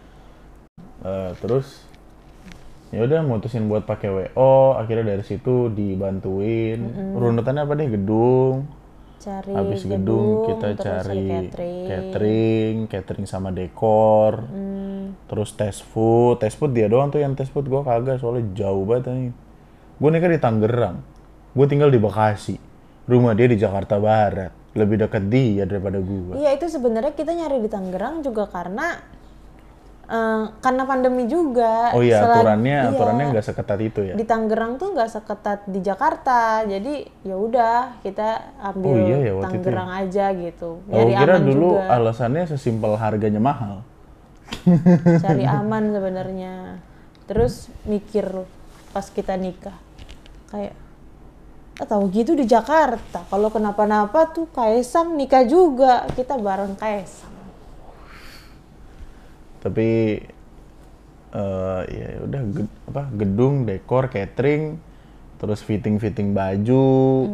Terus ya udah mutusin buat pakai WO, akhirnya dari situ dibantuin. Runutannya apa deh? Gedung, habis gedung kita cari catering sama dekor. Terus test food dia doang tuh yang test food, gue kagak soalnya jauh banget nih. Gue nikah di Tangerang, gue tinggal di Bekasi, rumah dia di Jakarta Barat, lebih dekat dia daripada gue. Iya, itu sebenarnya kita nyari di Tangerang juga karena pandemi juga. Oh iya, aturannya nggak seketat itu ya. Di Tangerang tuh nggak seketat di Jakarta, jadi ya udah kita ambil Tangerang aja gitu. Nyari aman juga. Kira dulu alasannya sesimpel harganya mahal. Cari aman sebenarnya. Terus mikir pas kita nikah, kayak tahu gitu di Jakarta, kalau kenapa-napa tuh Kaesang nikah juga, kita bareng Kaesang. Tapi ya udah gedung, dekor, catering, terus fitting baju,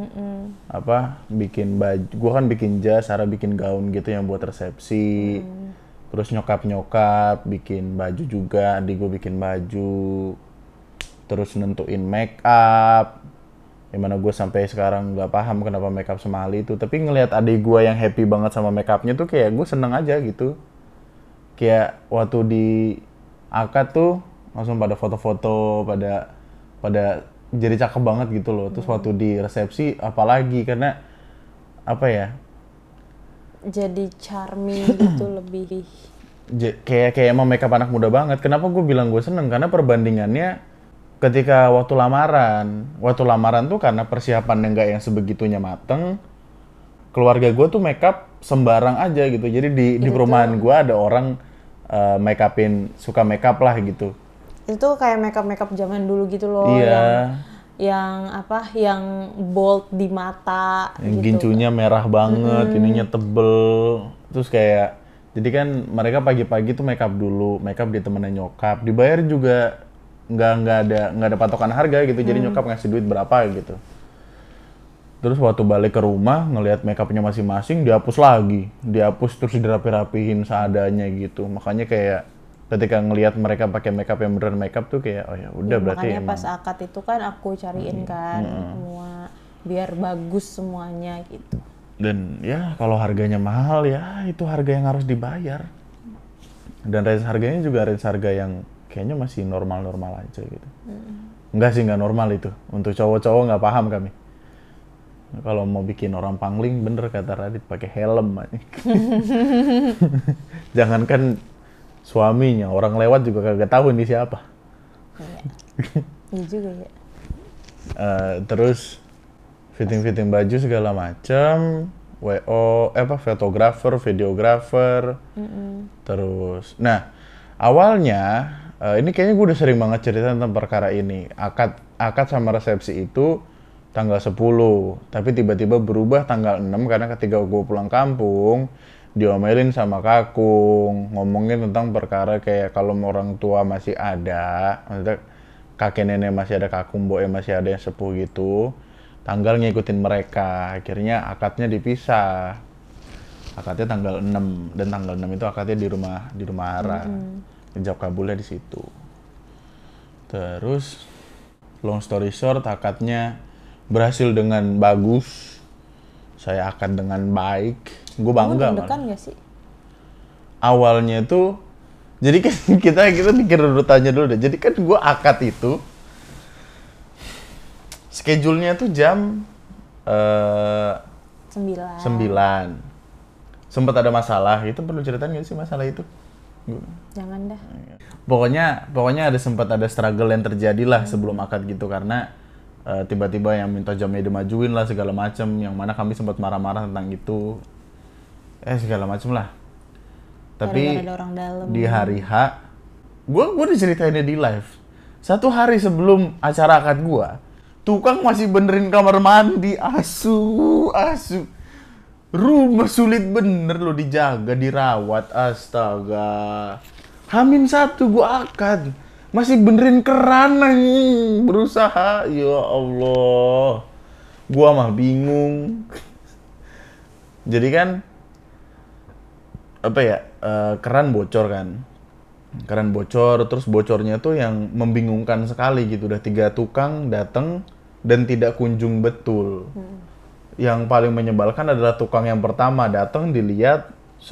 bikin baju. Gua kan bikin jas, Sarah bikin gaun gitu yang buat resepsi. Terus nyokap bikin baju juga, adik gue bikin baju. Terus nentuin make up. Yang mana gue sampai sekarang nggak paham kenapa make up semahal itu. Tapi ngelihat adik gue yang happy banget sama make upnya tuh kayak gue seneng aja gitu. Kayak waktu di akad tuh langsung pada foto-foto, pada jadi cakep banget gitu loh. Terus waktu di resepsi apalagi, karena apa ya, jadi charming gitu, lebih kayak emang makeup anak muda banget. Kenapa gue bilang gue seneng? Karena perbandingannya ketika waktu lamaran tuh karena persiapannya nggak yang sebegitunya mateng, keluarga gue tuh makeup sembarang aja gitu. Jadi di perumahan gue ada orang suka makeup lah gitu. Itu kayak makeup zaman dulu gitu loh. Iya. Yang bold di mata Yang gitu. gincunya merah banget, ininya tebel. Terus kayak, jadi kan mereka pagi-pagi tuh makeup dulu, makeup ditemenin nyokap, dibayar juga nggak ada patokan harga gitu, jadi nyokap ngasih duit berapa gitu. Terus waktu balik ke rumah ngelihat makeupnya masing-masing, dihapus terus dirapi-rapihin seadanya gitu. Makanya kayak ketika ngelihat mereka pakai makeup yang beneran makeup tuh kayak oh ya udah berarti makanya emang. pas akad itu kan aku cariin kan semua biar bagus semuanya gitu. Dan ya kalau harganya mahal ya itu harga yang harus dibayar. Dan range harganya juga range harga yang kayaknya masih normal-normal aja gitu. Enggak sih, nggak normal itu. Untuk cowok-cowok nggak paham kami. Kalau mau bikin orang pangling bener kata Radit pakai helm. Jangankan suaminya, orang lewat juga kagak tahu ini siapa. Iya juga ya. Terus fitting baju segala macam, fotografer, videografer. Terus, nah awalnya ini kayaknya gue udah sering banget cerita tentang perkara ini. Akad sama resepsi itu tanggal 10, tapi tiba-tiba berubah tanggal 6 karena ketika gue pulang kampung diomelin sama kakung, ngomongin tentang perkara kayak kalau orang tua masih ada, maksudnya kakek nenek masih ada, kakung boe masih ada yang sepuh gitu, tanggal ngikutin mereka. Akhirnya akadnya dipisah. Akadnya tanggal 6 dan tanggal 6 itu akadnya di rumah Ara. Ijab kabulnya di situ. Terus long story short, akadnya berhasil dengan bagus. Saya akad dengan baik. Gue bangga. Kamu deg-degan gak sih? Awalnya tuh, jadi kan kita pikir urutannya dulu deh. Jadi kan gue akad itu, schedule-nya tuh jam 9. Sempet ada masalah, itu perlu ceritain gak sih masalah itu? Jangan dah. Pokoknya sempat ada struggle yang terjadi lah sebelum akad gitu, karena tiba-tiba yang minta jamnya dimajuin lah segala macam, yang mana kami sempat marah-marah tentang itu, segala macam lah. Tapi ada orang dalam. Di hari H, gue diceritainnya di live. 1 hari sebelum acara akad gue, tukang masih benerin kamar mandi, asu. Rumah sulit bener loh dijaga, dirawat, astaga. H-1 gue akad, masih benerin keran nih, berusaha, ya Allah. Gua mah bingung. Jadi kan keran bocor kan. Keran bocor, terus bocornya tuh yang membingungkan sekali gitu. Udah 3 tukang datang dan tidak kunjung betul. Yang paling menyebalkan adalah tukang yang pertama datang dilihat,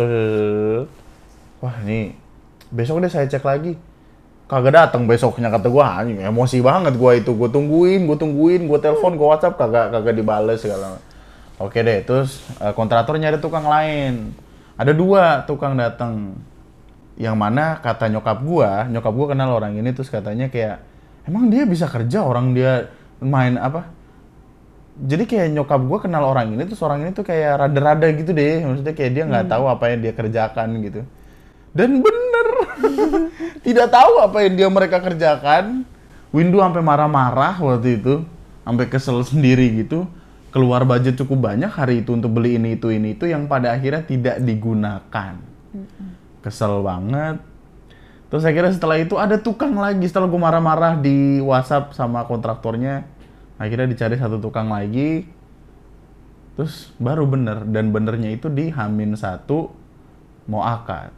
wah ini besok deh saya cek lagi. Kagak datang besoknya, kata gua, anjing emosi banget gua itu. Gua tungguin, gua telepon, gua WhatsApp kagak dibales segala. Oke deh, terus kontraktor nyari tukang lain. Ada 2 tukang datang. Yang mana kata nyokap gua kenal orang ini, terus katanya kayak emang dia bisa kerja, orang dia main apa? Jadi kayak nyokap gua kenal orang ini, terus orang ini tuh kayak rada-rada gitu deh. Maksudnya kayak dia nggak tahu apa yang dia kerjakan gitu. Dan bener, tidak tahu apa yang mereka kerjakan. Windu sampai marah-marah waktu itu, sampai kesel sendiri gitu. Keluar budget cukup banyak hari itu untuk beli ini itu yang pada akhirnya tidak digunakan. Kesel banget. Terus akhirnya setelah itu ada tukang lagi, setelah gue marah-marah di WhatsApp sama kontraktornya, akhirnya dicari 1 tukang lagi. Terus baru bener, dan benernya itu di H-1 mau akad.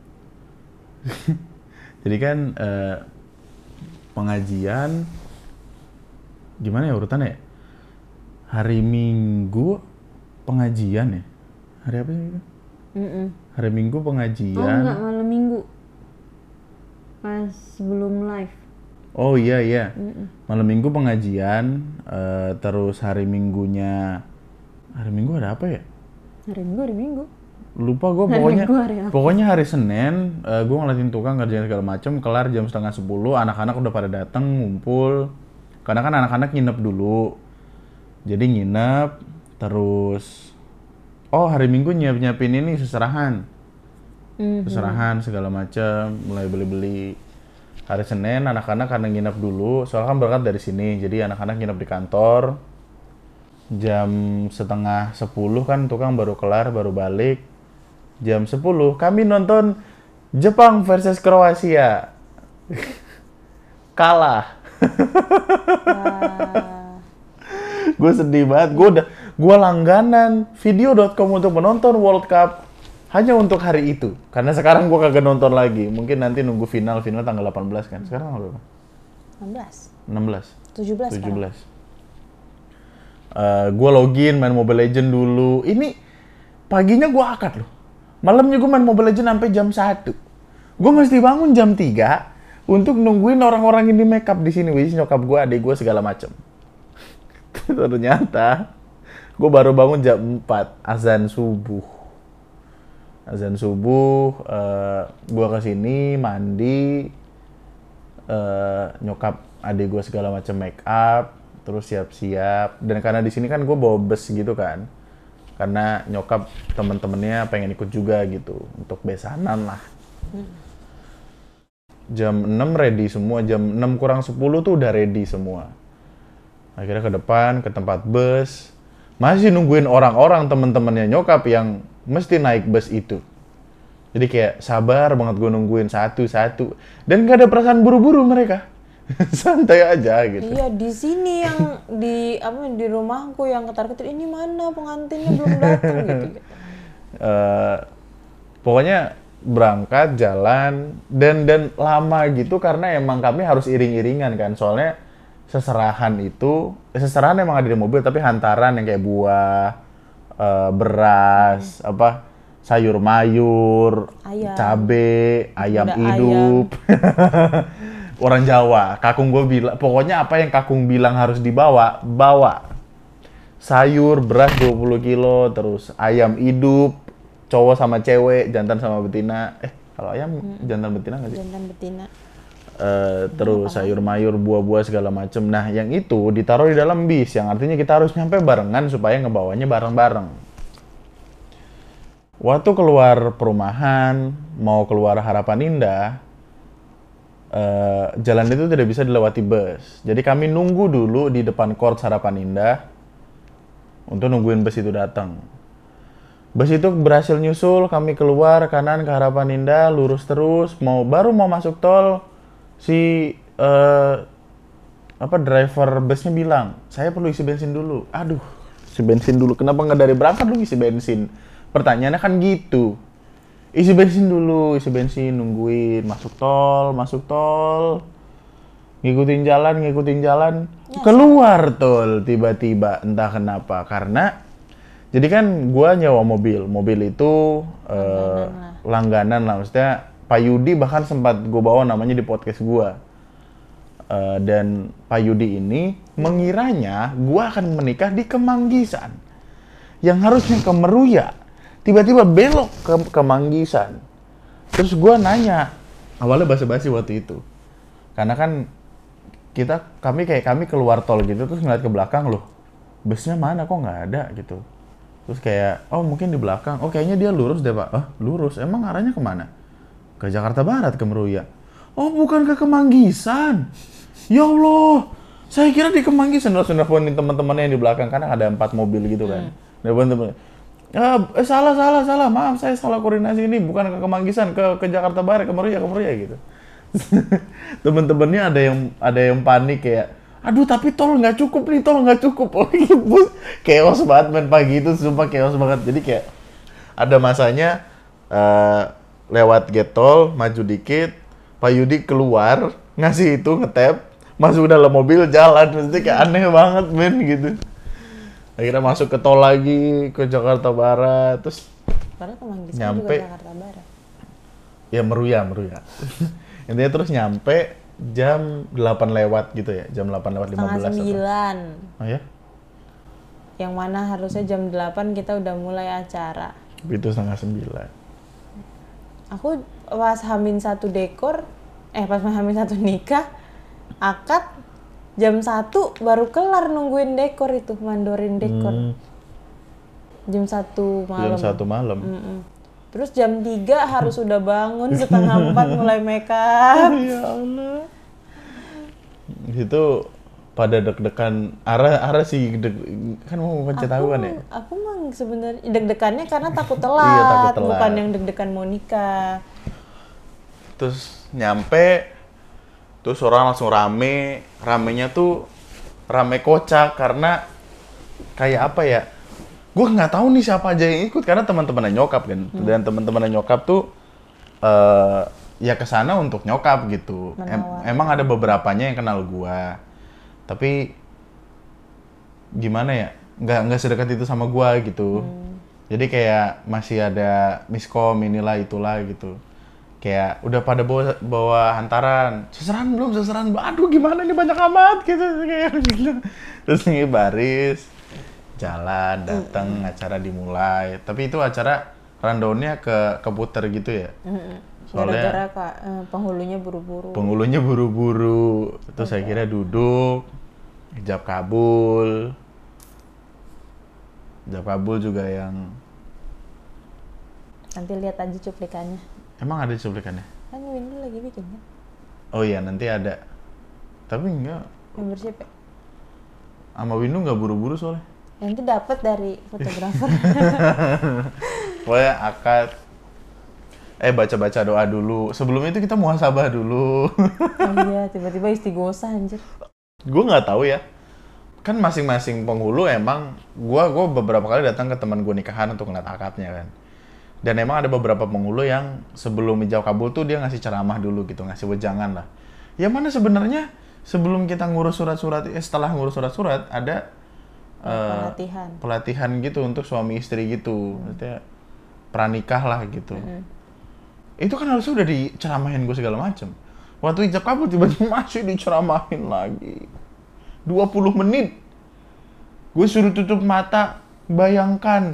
Jadi kan pengajian gimana ya urutannya? Hari Minggu pengajian ya? Hari apa sih itu? Hari Minggu pengajian. Oh enggak, malam Minggu. Pas sebelum live. Oh iya. Malam Minggu pengajian, terus hari Minggunya. Hari Minggu ada apa ya? Hari Minggu. lupa gue pokoknya hari Senin gue ngeliatin tukang ngerjain segala macem, kelar jam 9:30, anak-anak udah pada dateng ngumpul karena kan anak-anak nginep dulu, jadi nginep terus hari Minggu nyiapin ini seserahan segala macem, mulai beli-beli. Hari Senin anak-anak karena nginep dulu, soalnya kan berangkat dari sini, jadi anak-anak nginep di kantor. Jam 9:30 kan tukang baru kelar, baru balik. Jam 10 kami nonton Jepang versus Kroasia. Kalah. Gue sedih banget. Gue langganan video.com untuk menonton World Cup hanya untuk hari itu. Karena sekarang gue kagak nonton lagi. Mungkin nanti nunggu final tanggal 18 kan. Sekarang tanggal berapa? 16. 17. Gue login main Mobile Legends dulu. Ini paginya gue akad loh. Malamnya gue main Mobile Legends sampai jam 1. Gue mesti bangun jam 3 untuk nungguin orang-orang ini make up di sini, wis nyokap gue, adik gue segala macem. Ternyata gue baru bangun jam 4 azan subuh. Gue kesini mandi, nyokap adik gue segala macem make up, terus siap-siap. Dan karena di sini kan gue bawa bus gitu kan, karena nyokap temen-temennya pengen ikut juga gitu untuk besanan lah. Jam 6 ready semua, jam 6 kurang 10 tuh udah ready semua. Akhirnya ke depan ke tempat bus, masih nungguin orang-orang temen-temennya nyokap yang mesti naik bus itu. Jadi kayak sabar banget gue nungguin satu-satu, dan gak ada perasaan buru-buru mereka. Santai aja gitu. Iya, di sini yang di rumahku yang ketar-ketir, ini mana pengantinnya belum datang gitu. Pokoknya berangkat jalan dan lama gitu karena emang kami harus iring-iringan kan. Soalnya seserahan emang ada di mobil, tapi hantaran yang kayak buah, beras, sayur mayur, cabe, ayam hidup. Orang Jawa, kakung gue bilang, pokoknya apa yang kakung bilang harus dibawa, bawa. Sayur, beras 20 kilo, terus ayam hidup, cowok sama cewek, jantan sama betina. Kalau ayam jantan betina nggak sih? Jantan betina. Terus sayur mayur, buah-buah segala macem. Nah, yang itu ditaruh di dalam bis, yang artinya kita harus nyampe barengan supaya ngebawanya bareng-bareng. Waktu keluar perumahan, mau keluar Harapan Indah, jalan itu tidak bisa dilewati bus. Jadi kami nunggu dulu di depan court Harapan Indah untuk nungguin bus itu datang. Bus itu berhasil nyusul, kami keluar kanan ke Harapan Indah, lurus terus, baru mau masuk tol, si driver busnya bilang, saya perlu isi bensin dulu. Aduh, isi bensin dulu. Kenapa nggak dari berangkat lu isi bensin? Pertanyaannya kan gitu. Isi bensin dulu, nungguin masuk tol, ngikutin jalan, keluar tol tiba-tiba entah kenapa. Karena jadi kan gua nyewa mobil itu langganan lah, maksudnya Pak Yudi bahkan sempat gua bawa namanya di podcast gua. Dan Pak Yudi ini mengiranya gua akan menikah di Kemanggisan, yang harusnya ke Meruya. Tiba-tiba belok ke Manggisan. Terus gue nanya, awalnya basa-basi waktu itu. Karena kan kami keluar tol gitu, terus ngeliat ke belakang, loh, busnya mana kok nggak ada gitu. Terus kayak, mungkin di belakang. Kayaknya dia lurus deh Pak. Lurus, emang arahnya kemana? Ke Jakarta Barat, ke Meruya. Bukan ke Kemanggisan. Ya Allah, saya kira di Kemanggisan. Terus nelfonin teman-temannya yang di belakang, karena ada 4 mobil gitu kan. Teman-teman. Salah, maaf, saya salah koordinasi, ini bukan ke Kemanggisan, ke Jakarta Barat, ke Meruya gitu. Temen-temennya ada yang panik kayak, aduh tapi tol nggak cukup. Chaos banget main pagi itu, sumpah chaos banget. Jadi kayak ada masanya lewat gate tol, maju dikit, Pak Yudi keluar, ngasih itu, ngetap, masuk dalam mobil, jalan. Maksudnya kayak aneh banget men gitu. Akhirnya masuk ke tol lagi, ke Jakarta Barat, terus nyampe juga Jakarta Barat. Ya Meruya. Intinya terus nyampe jam 8 lewat gitu ya, jam 8 lewat 15. Setengah 9. Oh ya? Yang mana harusnya jam 8 kita udah mulai acara. Itu 8:30. Aku pas H-1 dekor, pas H-1 nikah, akad jam 1 baru kelar nungguin dekor itu, mandorin dekor. Jam 1 malam. Jam 1 malam. Terus jam 3 harus udah bangun, setengah 4 mulai make up. Ya Allah. Itu pada deg-degan, Ara sih kan mau pencet tahuan ya. Aku mah sebenarnya deg-degannya karena takut telat, Iya, takut telat. bukan yang deg-degan mau nikah. Terus nyampe, terus orang langsung ramenya tuh rame kocak karena kayak apa ya? Gue nggak tahu nih siapa aja yang ikut karena teman-temannya nyokap kan, dan teman-temannya nyokap tuh ya kesana untuk nyokap gitu. Emang ada beberapanya yang kenal gua, tapi gimana ya, nggak sedekat itu sama gua gitu. Jadi kayak masih ada miskom inilah itulah gitu. Kayak udah pada bawa hantaran, seseran belum, aduh gimana ini banyak amat gitu kayak gitu. Terus nih baris jalan datang, acara dimulai. Tapi itu acara rundownnya keputer gitu ya. Soalnya Gara-gara Kak, penghulunya buru-buru. Penghulunya buru-buru. Terus saya kira duduk, ijab kabul. Ijab kabul juga yang Nanti lihat aja cuplikannya. emang ada cuplikannya? Kan Windu lagi bikin kan? Oh iya, nanti ada. Tapi enggak, Membership ya? sama Windu nggak buru-buru soalnya. Nanti dapat dari fotografer. Pokoknya akad. Baca-baca doa dulu. Sebelum itu kita muhasabah dulu. Oh iya, tiba-tiba istighosah anjir. Gue nggak tahu ya. Kan masing-masing penghulu emang, gue beberapa kali datang ke teman gue nikahan untuk ngeliat akadnya kan. Dan emang ada beberapa penghulu yang sebelum ijab kabul tuh dia ngasih ceramah dulu gitu, ngasih wejangan lah. Ya mana sebenarnya sebelum kita ngurus surat-surat, setelah ngurus surat-surat ada pelatihan gitu untuk suami istri gitu, maksudnya pranikah lah gitu. Itu kan harusnya udah diceramahin gue segala macem. Waktu ijab kabul tiba-tiba masih diceramahin lagi. 20 menit. Gue suruh tutup mata, bayangkan.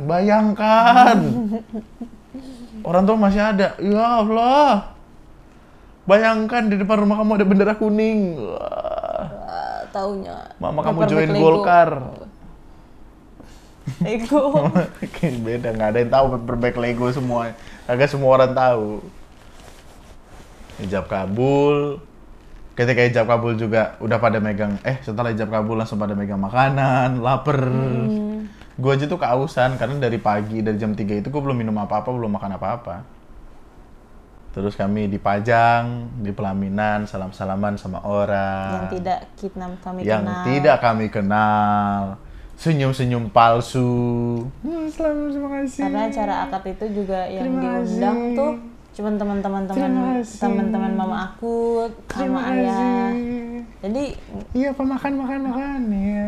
Orang tua masih ada. Ya Allah. Bayangkan di depan rumah kamu ada bendera kuning. Wah. Taunya. Mama kamu join Golkar. Lego. Beda, nggak ada yang tahu paperback Lego semua. Agak semua orang tahu. Ijab kabul. Ketika ijab kabul juga udah pada megang. Setelah ijab kabul langsung pada megang makanan, lapar. Gue aja tuh kehausan karena dari pagi, dari jam 3 itu gue belum minum apa-apa, belum makan apa-apa. Terus kami dipajang, di pelaminan, salam-salaman sama orang. Yang tidak kami kenal. Yang tidak kami kenal. Senyum-senyum palsu. Terima kasih. Karena acara akad itu juga yang diundang tuh cuma teman-teman mama aku sama ayah. Jadi iya, makan ya.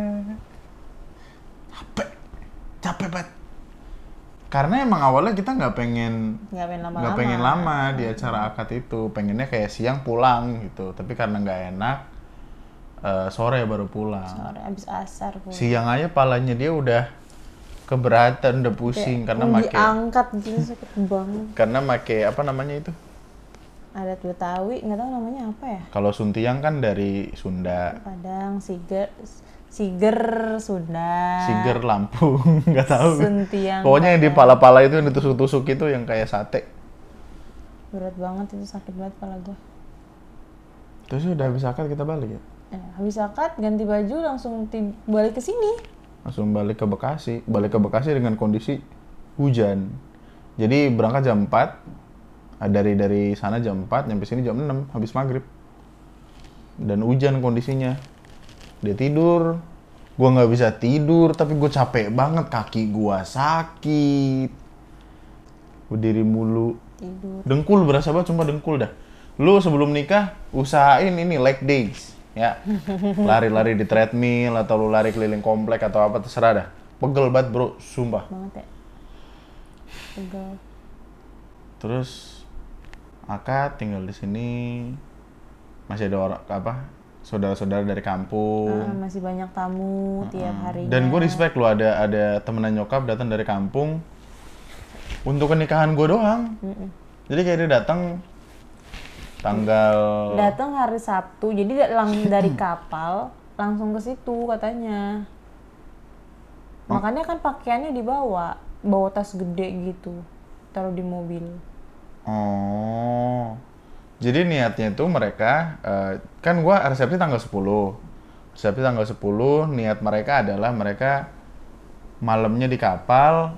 Capek banget. Karena emang awalnya kita nggak pengen lama di acara akad itu, pengennya kayak siang pulang gitu. Tapi karena nggak enak, sore baru pulang. Sore abis asar pulang. Siang aja palanya dia udah keberatan, udah pusing karena diangkat gitu sakit banget. Karena make apa namanya itu? Adat Betawi, nggak tahu namanya apa ya. Kalau suntiang kan dari Sunda. Padang, Siger Sunda. Siger Lampung, nggak tahu. Suntiang. Pokoknya yang di pala-pala itu yang ditusuk-tusuk itu yang kayak sate. Berat banget itu, sakit banget pala gua. Terus udah habis akad kita balik ya? Habis akad ganti baju langsung balik ke sini. Langsung balik ke Bekasi. Balik ke Bekasi dengan kondisi hujan. Jadi berangkat jam 4. Dari sana jam 4, nyampe sini jam 6 habis maghrib. Dan hujan kondisinya. Dia tidur, gue nggak bisa tidur, tapi gue capek banget, kaki gue sakit, berdiri mulu, tidur. Dengkul berasa banget, cuma dengkul dah. Lu sebelum nikah usahain ini leg days, ya, lari-lari di treadmill atau lu lari keliling komplek atau apa terserah dah. Pegel banget bro, sumpah. Banget ya. Pegel. Terus akad tinggal di sini, masih ada orang saudara-saudara dari kampung. Masih banyak tamu tiap harinya. Dan gue respect lo ada temenan nyokap datang dari kampung. Untuk pernikahan gue doang. Jadi kayak dia datang datang hari Sabtu, jadi dari kapal langsung ke situ katanya. Makanya kan pakaiannya bawa tas gede gitu, taruh di mobil. Oh, jadi niatnya itu mereka, kan gua resepsi tanggal 10. Resepsi tanggal 10, niat mereka adalah mereka malamnya di kapal,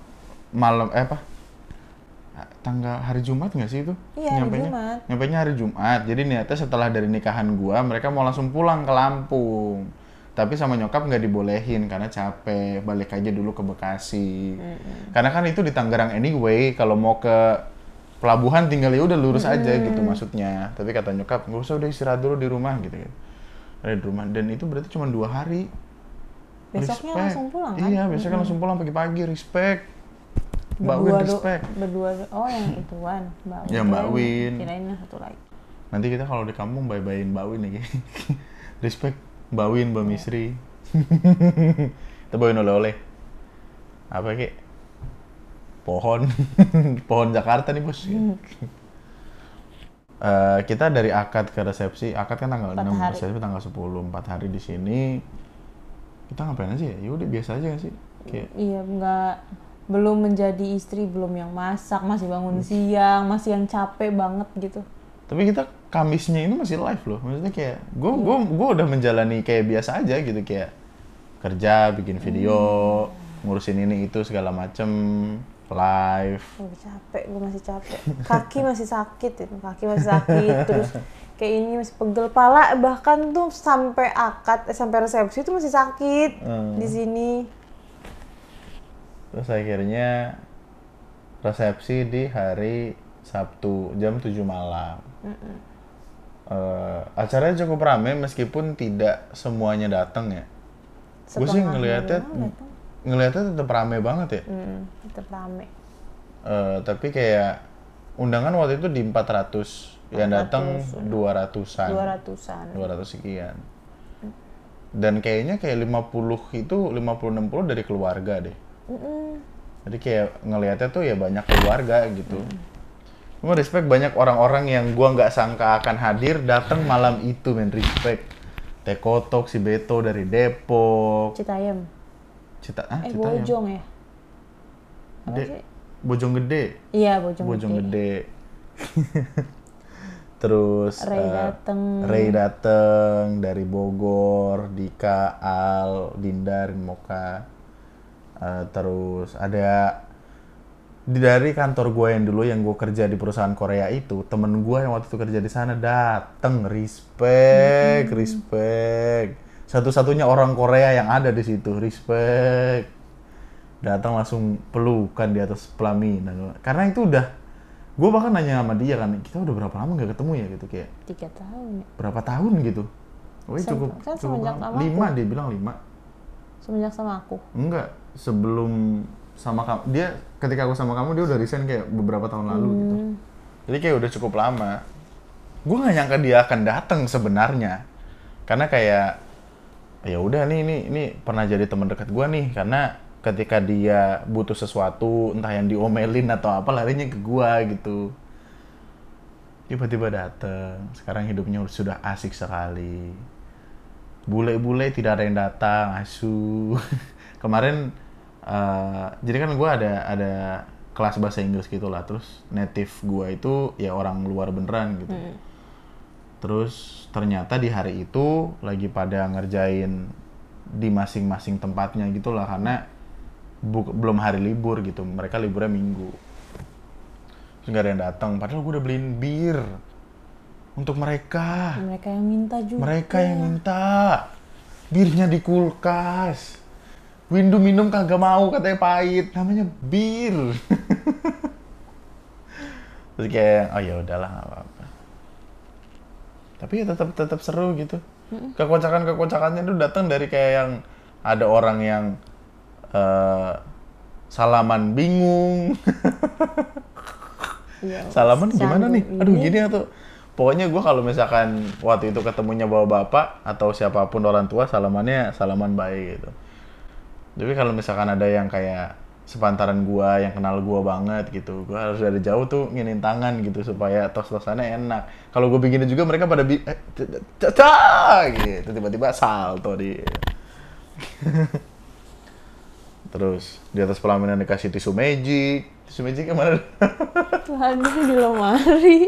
tanggal hari Jumat nggak sih itu? Iya, hari Jumat. Nyampainya hari Jumat. Jadi niatnya setelah dari nikahan gua, mereka mau langsung pulang ke Lampung. Tapi sama nyokap nggak dibolehin karena capek, balik aja dulu ke Bekasi. Karena kan itu di Tangerang anyway, kalau mau ke pelabuhan tinggal ya udah lurus aja gitu maksudnya. Tapi kata nyokap, nggak usah, udah istirahat dulu di rumah gitu kan. Ada di rumah, dan itu berarti cuma 2 hari. Besoknya langsung pulang kan? Iya, besoknya langsung pulang pagi-pagi, respect. Mbak Win, respect. Berdua, yang ituan, Mbak Win. Ya, Mbak Win. Kirain satu lagi. Nanti kita kalau di kampung bye-byein Mbak Win nih. Respect Mbak Win, Mbak Misri. Kita bawain oleh-oleh. Apa kek? Pohon. Pohon Jakarta nih, Bos. Kita dari akad ke resepsi. Akad kan tanggal 6, resepsi tanggal 10. 4 hari di sini. Kita ngapain aja ya? Ya udah biasa aja gak sih? Kayak... Iya, belum menjadi istri, belum yang masak, masih bangun siang, masih yang capek banget gitu. Tapi kita Kamisnya ini masih live loh. Maksudnya kayak gue udah menjalani kayak biasa aja gitu, kayak kerja, bikin video, ngurusin ini itu segala macem, live. Gue masih capek. Kaki masih sakit, terus kayak ini masih pegel pala, bahkan tuh sampai sampai resepsi itu masih sakit di sini. Terus akhirnya resepsi di hari Sabtu jam 7 malam. Acaranya cukup ramai meskipun tidak semuanya datang ya. Gue sih ngelihatnya tetap ramai banget ya. Tetap ramai. Tapi kayak undangan waktu itu di 400, yang datang 200-an. 200 sekian. Dan kayaknya kayak 50 itu 50-60 dari keluarga deh. Jadi kayak ngelihatnya tuh ya banyak keluarga gitu. Gue respect banyak orang-orang yang gue nggak sangka akan hadir datang malam itu, men. Respect. Teh Kotok, si Beto dari Depok. Citayam. Citayam. Bojong ya? Bojong Gede. Iya, Bojong Gede. Terus Ray dateng dari Bogor, Dika, Al, Dinda, Moka. Terus ada dari kantor gue yang dulu yang gue kerja di perusahaan Korea itu, temen gue yang waktu itu kerja di sana dateng. Respect. Satu-satunya orang Korea yang ada di situ, respect. Datang langsung pelukan di atas pelaminan. Karena itu udah, gue bahkan nanya sama dia kan, kita udah berapa lama nggak ketemu ya gitu, kayak 3 tahun ya? Berapa tahun gitu. Cukup lama. 5, dia bilang 5. Semenjak sama aku? Enggak, sebelum sama kamu. Dia ketika aku sama kamu dia udah resign kayak beberapa tahun lalu gitu. Jadi kayak udah cukup lama. Gue nggak nyangka dia akan datang sebenarnya. Karena kayak ya udah ini pernah jadi teman dekat gue nih, karena ketika dia butuh sesuatu entah yang diomelin atau apa larinya ke gue gitu. Tiba-tiba datang. Sekarang hidupnya sudah asik sekali. Bule-bule tidak ada yang datang, asu. Kemarin, jadi kan gue ada kelas bahasa Inggris gitu lah. Terus native gue itu ya orang luar beneran gitu. Terus ternyata di hari itu lagi pada ngerjain di masing-masing tempatnya gitu lah. Karena belum hari libur gitu, mereka liburnya Minggu. Terus gak ada yang datang, padahal gue udah beliin bir. Untuk mereka. Mereka yang minta juga. Mereka yang minta. Birnya di kulkas. Windu minum kagak mau, katanya pahit. Namanya bir. Terus kayak, oh ya udahlah, nggak apa-apa. Tapi ya tetap seru gitu. Kekocakannya itu datang dari kayak yang ada orang yang salaman bingung. Salaman gimana nih? Aduh gini atau pokoknya gue kalau misalkan waktu itu ketemunya bawa bapak atau siapapun orang tua, salamannya salaman baik gitu. Tapi kalau misalkan ada yang kayak sepantaran gua yang kenal gua banget gitu. Gua harus dari jauh tuh nginin tangan gitu supaya tos-tosannya enak. Kalau gua begini juga mereka pada gitu tiba-tiba salto di. Terus di atas pelaminan dikasih tisu magic. Tisu magic kemana? Ada di lemari.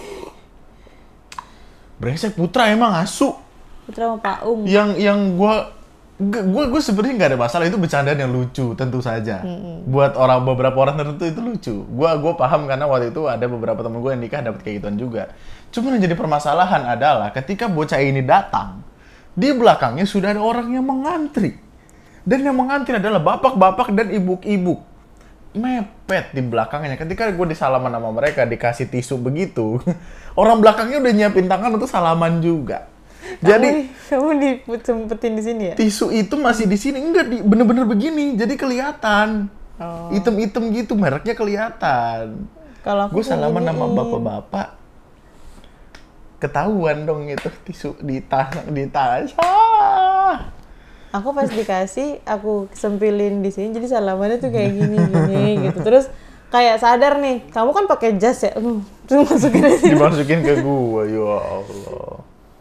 Brengsek Putra emang asu. Putra sama Pak Um. Yang gue sebenarnya nggak ada masalah, itu bercandaan yang lucu tentu saja. Buat beberapa orang tertentu itu lucu. Gue paham karena waktu itu ada beberapa temen gue yang nikah dapat kayak gituan juga. Cuma yang jadi permasalahan adalah ketika bocah ini datang, di belakangnya sudah ada orang yang mengantri. Dan yang mengantri adalah bapak-bapak dan ibu-ibu. Mepet di belakangnya. Ketika gue disalaman sama mereka, dikasih tisu begitu, orang belakangnya udah nyiapin tangan untuk salaman juga. Jadi kamu disempetin di sini ya? Tisu itu masih di sini, enggak bener-bener begini, jadi kelihatan. Item-item gitu, mereknya kelihatan. Kalau gue salaman sama bapak-bapak, ketahuan dong itu tisu di tas. Aku pas dikasih, aku sempilin di sini, jadi salamannya tuh kayak gini gitu. Terus kayak sadar nih, kamu kan pakai jas ya, terus masukin aja. Dimasukin ke gua, ya Allah.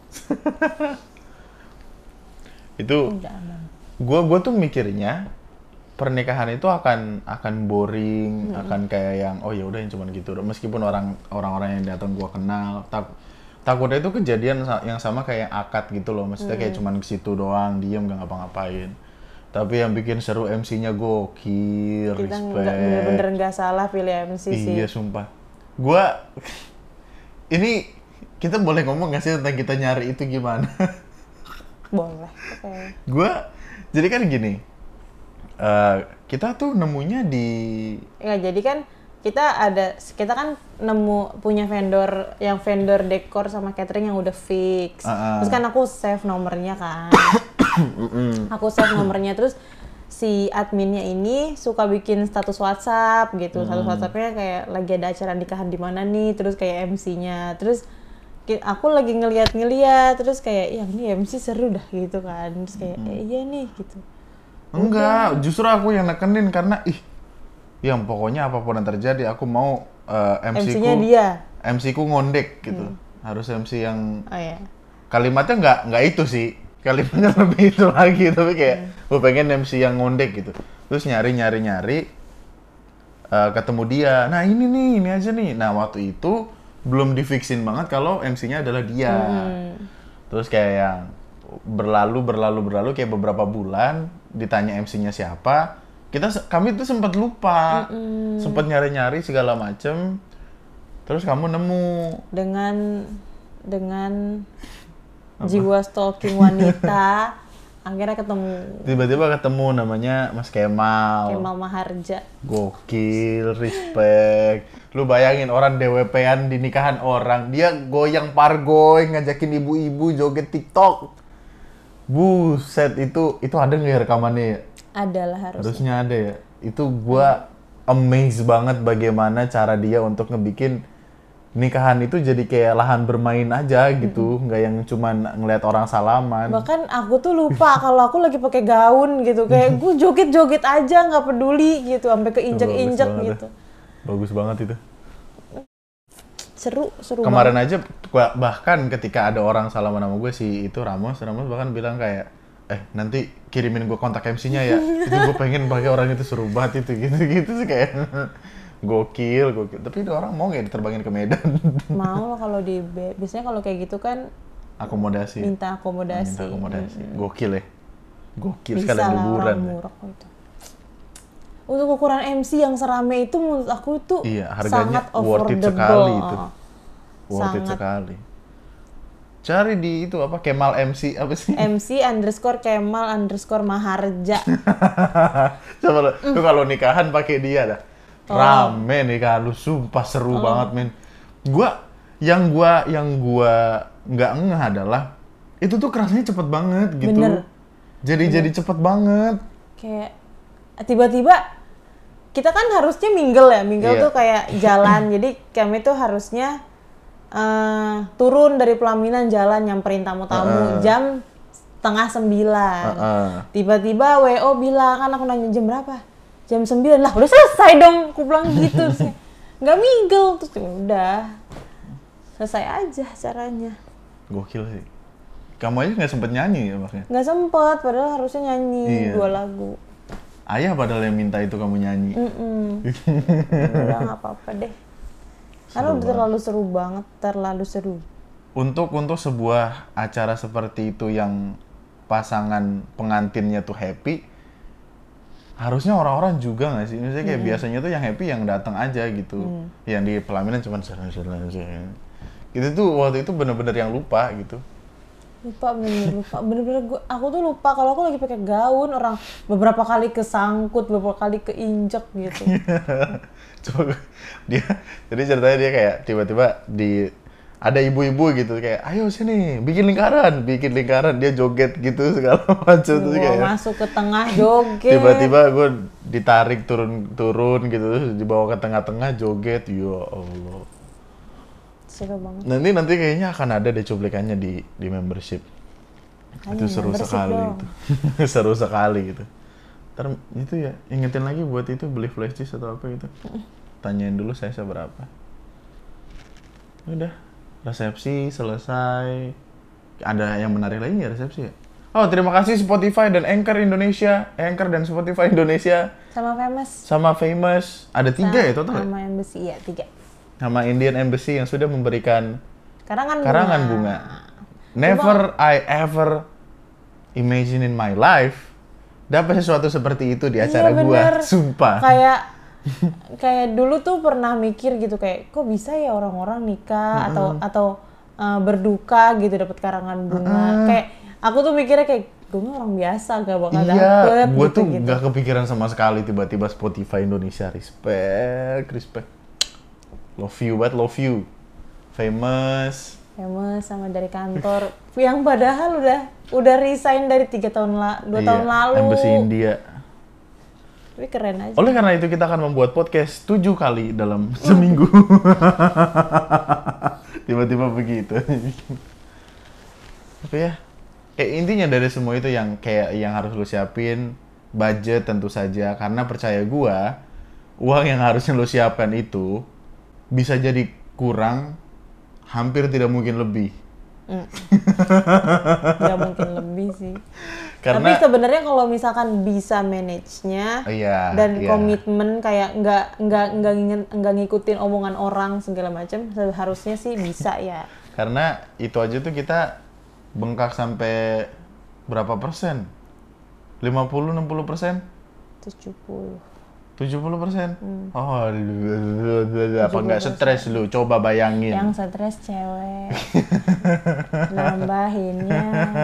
Itu gua tuh mikirnya pernikahan itu akan boring, akan kayak yang oh ya udah yang cuman gitu. Meskipun orang-orang yang datang gua kenal, takutnya itu kejadian yang sama kayak akad gitu loh. Maksudnya kayak cuman ke situ doang, diem gak ngapa-ngapain. Tapi yang bikin seru MC-nya gokil, kita respect. Bener-bener gak salah pilih MC sih. Iya sumpah. Ini kita boleh ngomong gak sih tentang kita nyari itu gimana? Boleh. Okay. Jadi kan gini, kita tuh nemunya di... Ya jadi kan kita kan punya vendor dekor sama catering yang udah fix. Terus kan aku save nomornya kan. Aku save nomornya, terus si adminnya ini suka bikin status WhatsApp gitu. Status WhatsAppnya kayak lagi ada acara nikahan di mana nih, terus kayak MC-nya. Terus aku lagi ngeliat, terus kayak yang ini MC seru dah gitu kan. Terus kayak iya nih gitu. Enggak, justru aku yang nekenin karena yang pokoknya apapun yang terjadi aku mau MC-ku ngondek gitu. Harus MC yang kalimatnya nggak itu sih, kalimatnya lebih itu lagi, tapi kayak gue pengen MC yang ngondek gitu. Terus nyari ketemu dia. Nah ini aja nih. Nah waktu itu belum difixin banget kalau MC-nya adalah dia. Terus kayak yang berlalu kayak beberapa bulan ditanya MC-nya siapa. Kami tuh sempat lupa, sempat nyari segala macem. Terus kamu nemu dengan jiwa stalking wanita, akhirnya ketemu. Tiba-tiba ketemu, namanya Mas Kemal Maharja. Gokil, respect. Lu bayangin orang DWP-an di nikahan orang, dia goyang pargoy, ngajakin ibu-ibu joget TikTok. Buset, itu ada nggak ya rekamannya ya? Adalah harusnya ada ya. Itu gua amazed banget bagaimana cara dia untuk ngebikin nikahan itu jadi kayak lahan bermain aja gitu, nggak yang cuman ngeliat orang salaman. Bahkan aku tuh lupa kalau aku lagi pakai gaun gitu, kayak gue joget aja nggak peduli gitu, sampai keinjek-injek gitu. Bagus banget itu. Seru Kemarin banget. Aja bahkan ketika ada orang salaman sama gue itu Ramos bahkan bilang kayak nanti kirimin gue kontak MC-nya ya. Itu gue pengen pakai orang itu, seru banget itu gitu sih kayak gokil. Tapi itu orang mau nggak diterbangin ke Medan? Mau lah kalau biasanya kalau kayak gitu kan akomodasi. Minta akomodasi. Gokil ya. Gokil sekalian liburan. Murah itu. Untuk ukuran MC yang serame itu menurut aku itu sangat worth it sekali itu. Worth it sekali. Cari di itu apa, Kemal MC apa sih? MC_Kemal_Maharja. Coba lu kalau nikahan pakai dia dah. Rame nikahan lu, sumpah seru banget men. Yang gua nggak ngeh adalah itu tuh kerasnya cepet banget gitu. Bener. Jadi cepet banget. Kayak tiba-tiba kita kan harusnya mingle tuh kayak jalan. Jadi kami tuh harusnya turun dari pelaminan jalan nyamperin tamu-tamu jam 8:30. Tiba-tiba WO bilang, kan aku nanya jam berapa? jam 9 lah, udah selesai dong, aku bilang gitu. Nggak migel, terus udah selesai aja caranya. Gokil sih. Kamu aja nggak sempet nyanyi ya makanya? Nggak sempet, padahal harusnya nyanyi 2 lagu. Ayah padahal yang minta itu kamu nyanyi. Udah nggak apa-apa deh. Karena udah terlalu seru banget, terlalu seru. Untuk sebuah acara seperti itu yang pasangan pengantinnya tuh happy, harusnya orang-orang juga nggak sih? Misalnya kayak biasanya tuh yang happy yang datang aja gitu. Yang di pelaminan cuma gitu tuh waktu itu bener-bener yang lupa gitu. Bener-bener aku tuh lupa kalau aku lagi pakai gaun, orang beberapa kali kesangkut, beberapa kali keinjek gitu. Coba jadi ceritanya dia kayak tiba-tiba ada ibu-ibu gitu kayak ayo sini bikin lingkaran dia joget gitu segala macam tuh kayak masuk ke tengah joget. Tiba-tiba gue ditarik turun gitu terus dibawa ke tengah-tengah joget, ya Allah. Seru banget. Nanti kayaknya akan ada deh cuplikannya di membership. Itu seru sekali itu. Seru sekali gitu. Ntar itu ya, ingetin lagi buat itu beli flash disk atau apa gitu. Tanyain dulu saya berapa. Udah, resepsi selesai. Ada yang menarik lagi nggak resepsi ya? Oh, terima kasih Spotify dan Anchor dan Spotify Indonesia. Sama Famous. Ada 3 ya total? Sama Embassy, ya 3. Sama Indian Embassy yang sudah memberikan karangan bunga. Never I ever imagine in my life dapat sesuatu seperti itu di acara gua, sumpah. Kayak dulu tuh pernah mikir gitu kayak kok bisa ya orang-orang nikah atau berduka gitu dapat karangan bunga. Kayak aku tuh mikirnya kayak gue orang biasa gak bakal dapet. Gue tuh gak kepikiran sama sekali tiba-tiba Spotify Indonesia respect. Love you. Famous sama dari kantor yang padahal udah resign dari 2 tahun lalu. Embassy India. Tapi keren aja. Oleh karena itu kita akan membuat podcast 7 kali dalam seminggu. Tiba-tiba begitu. Tapi ya, intinya dari semua itu yang harus lu siapin, budget tentu saja, karena percaya gua, uang yang harusnya lu siapkan itu bisa jadi kurang, hampir tidak mungkin lebih. Tidak mungkin lebih sih. Tapi sebenarnya kalau misalkan bisa manage-nya dan komitmen kayak nggak ngikutin omongan orang segala macam, harusnya sih bisa ya. Karena itu aja tuh kita bengkak sampai berapa persen? 50-60%? 70%? Oh, apa nggak stres lu? Coba bayangin. Yang stres cewek. Nambahinnya.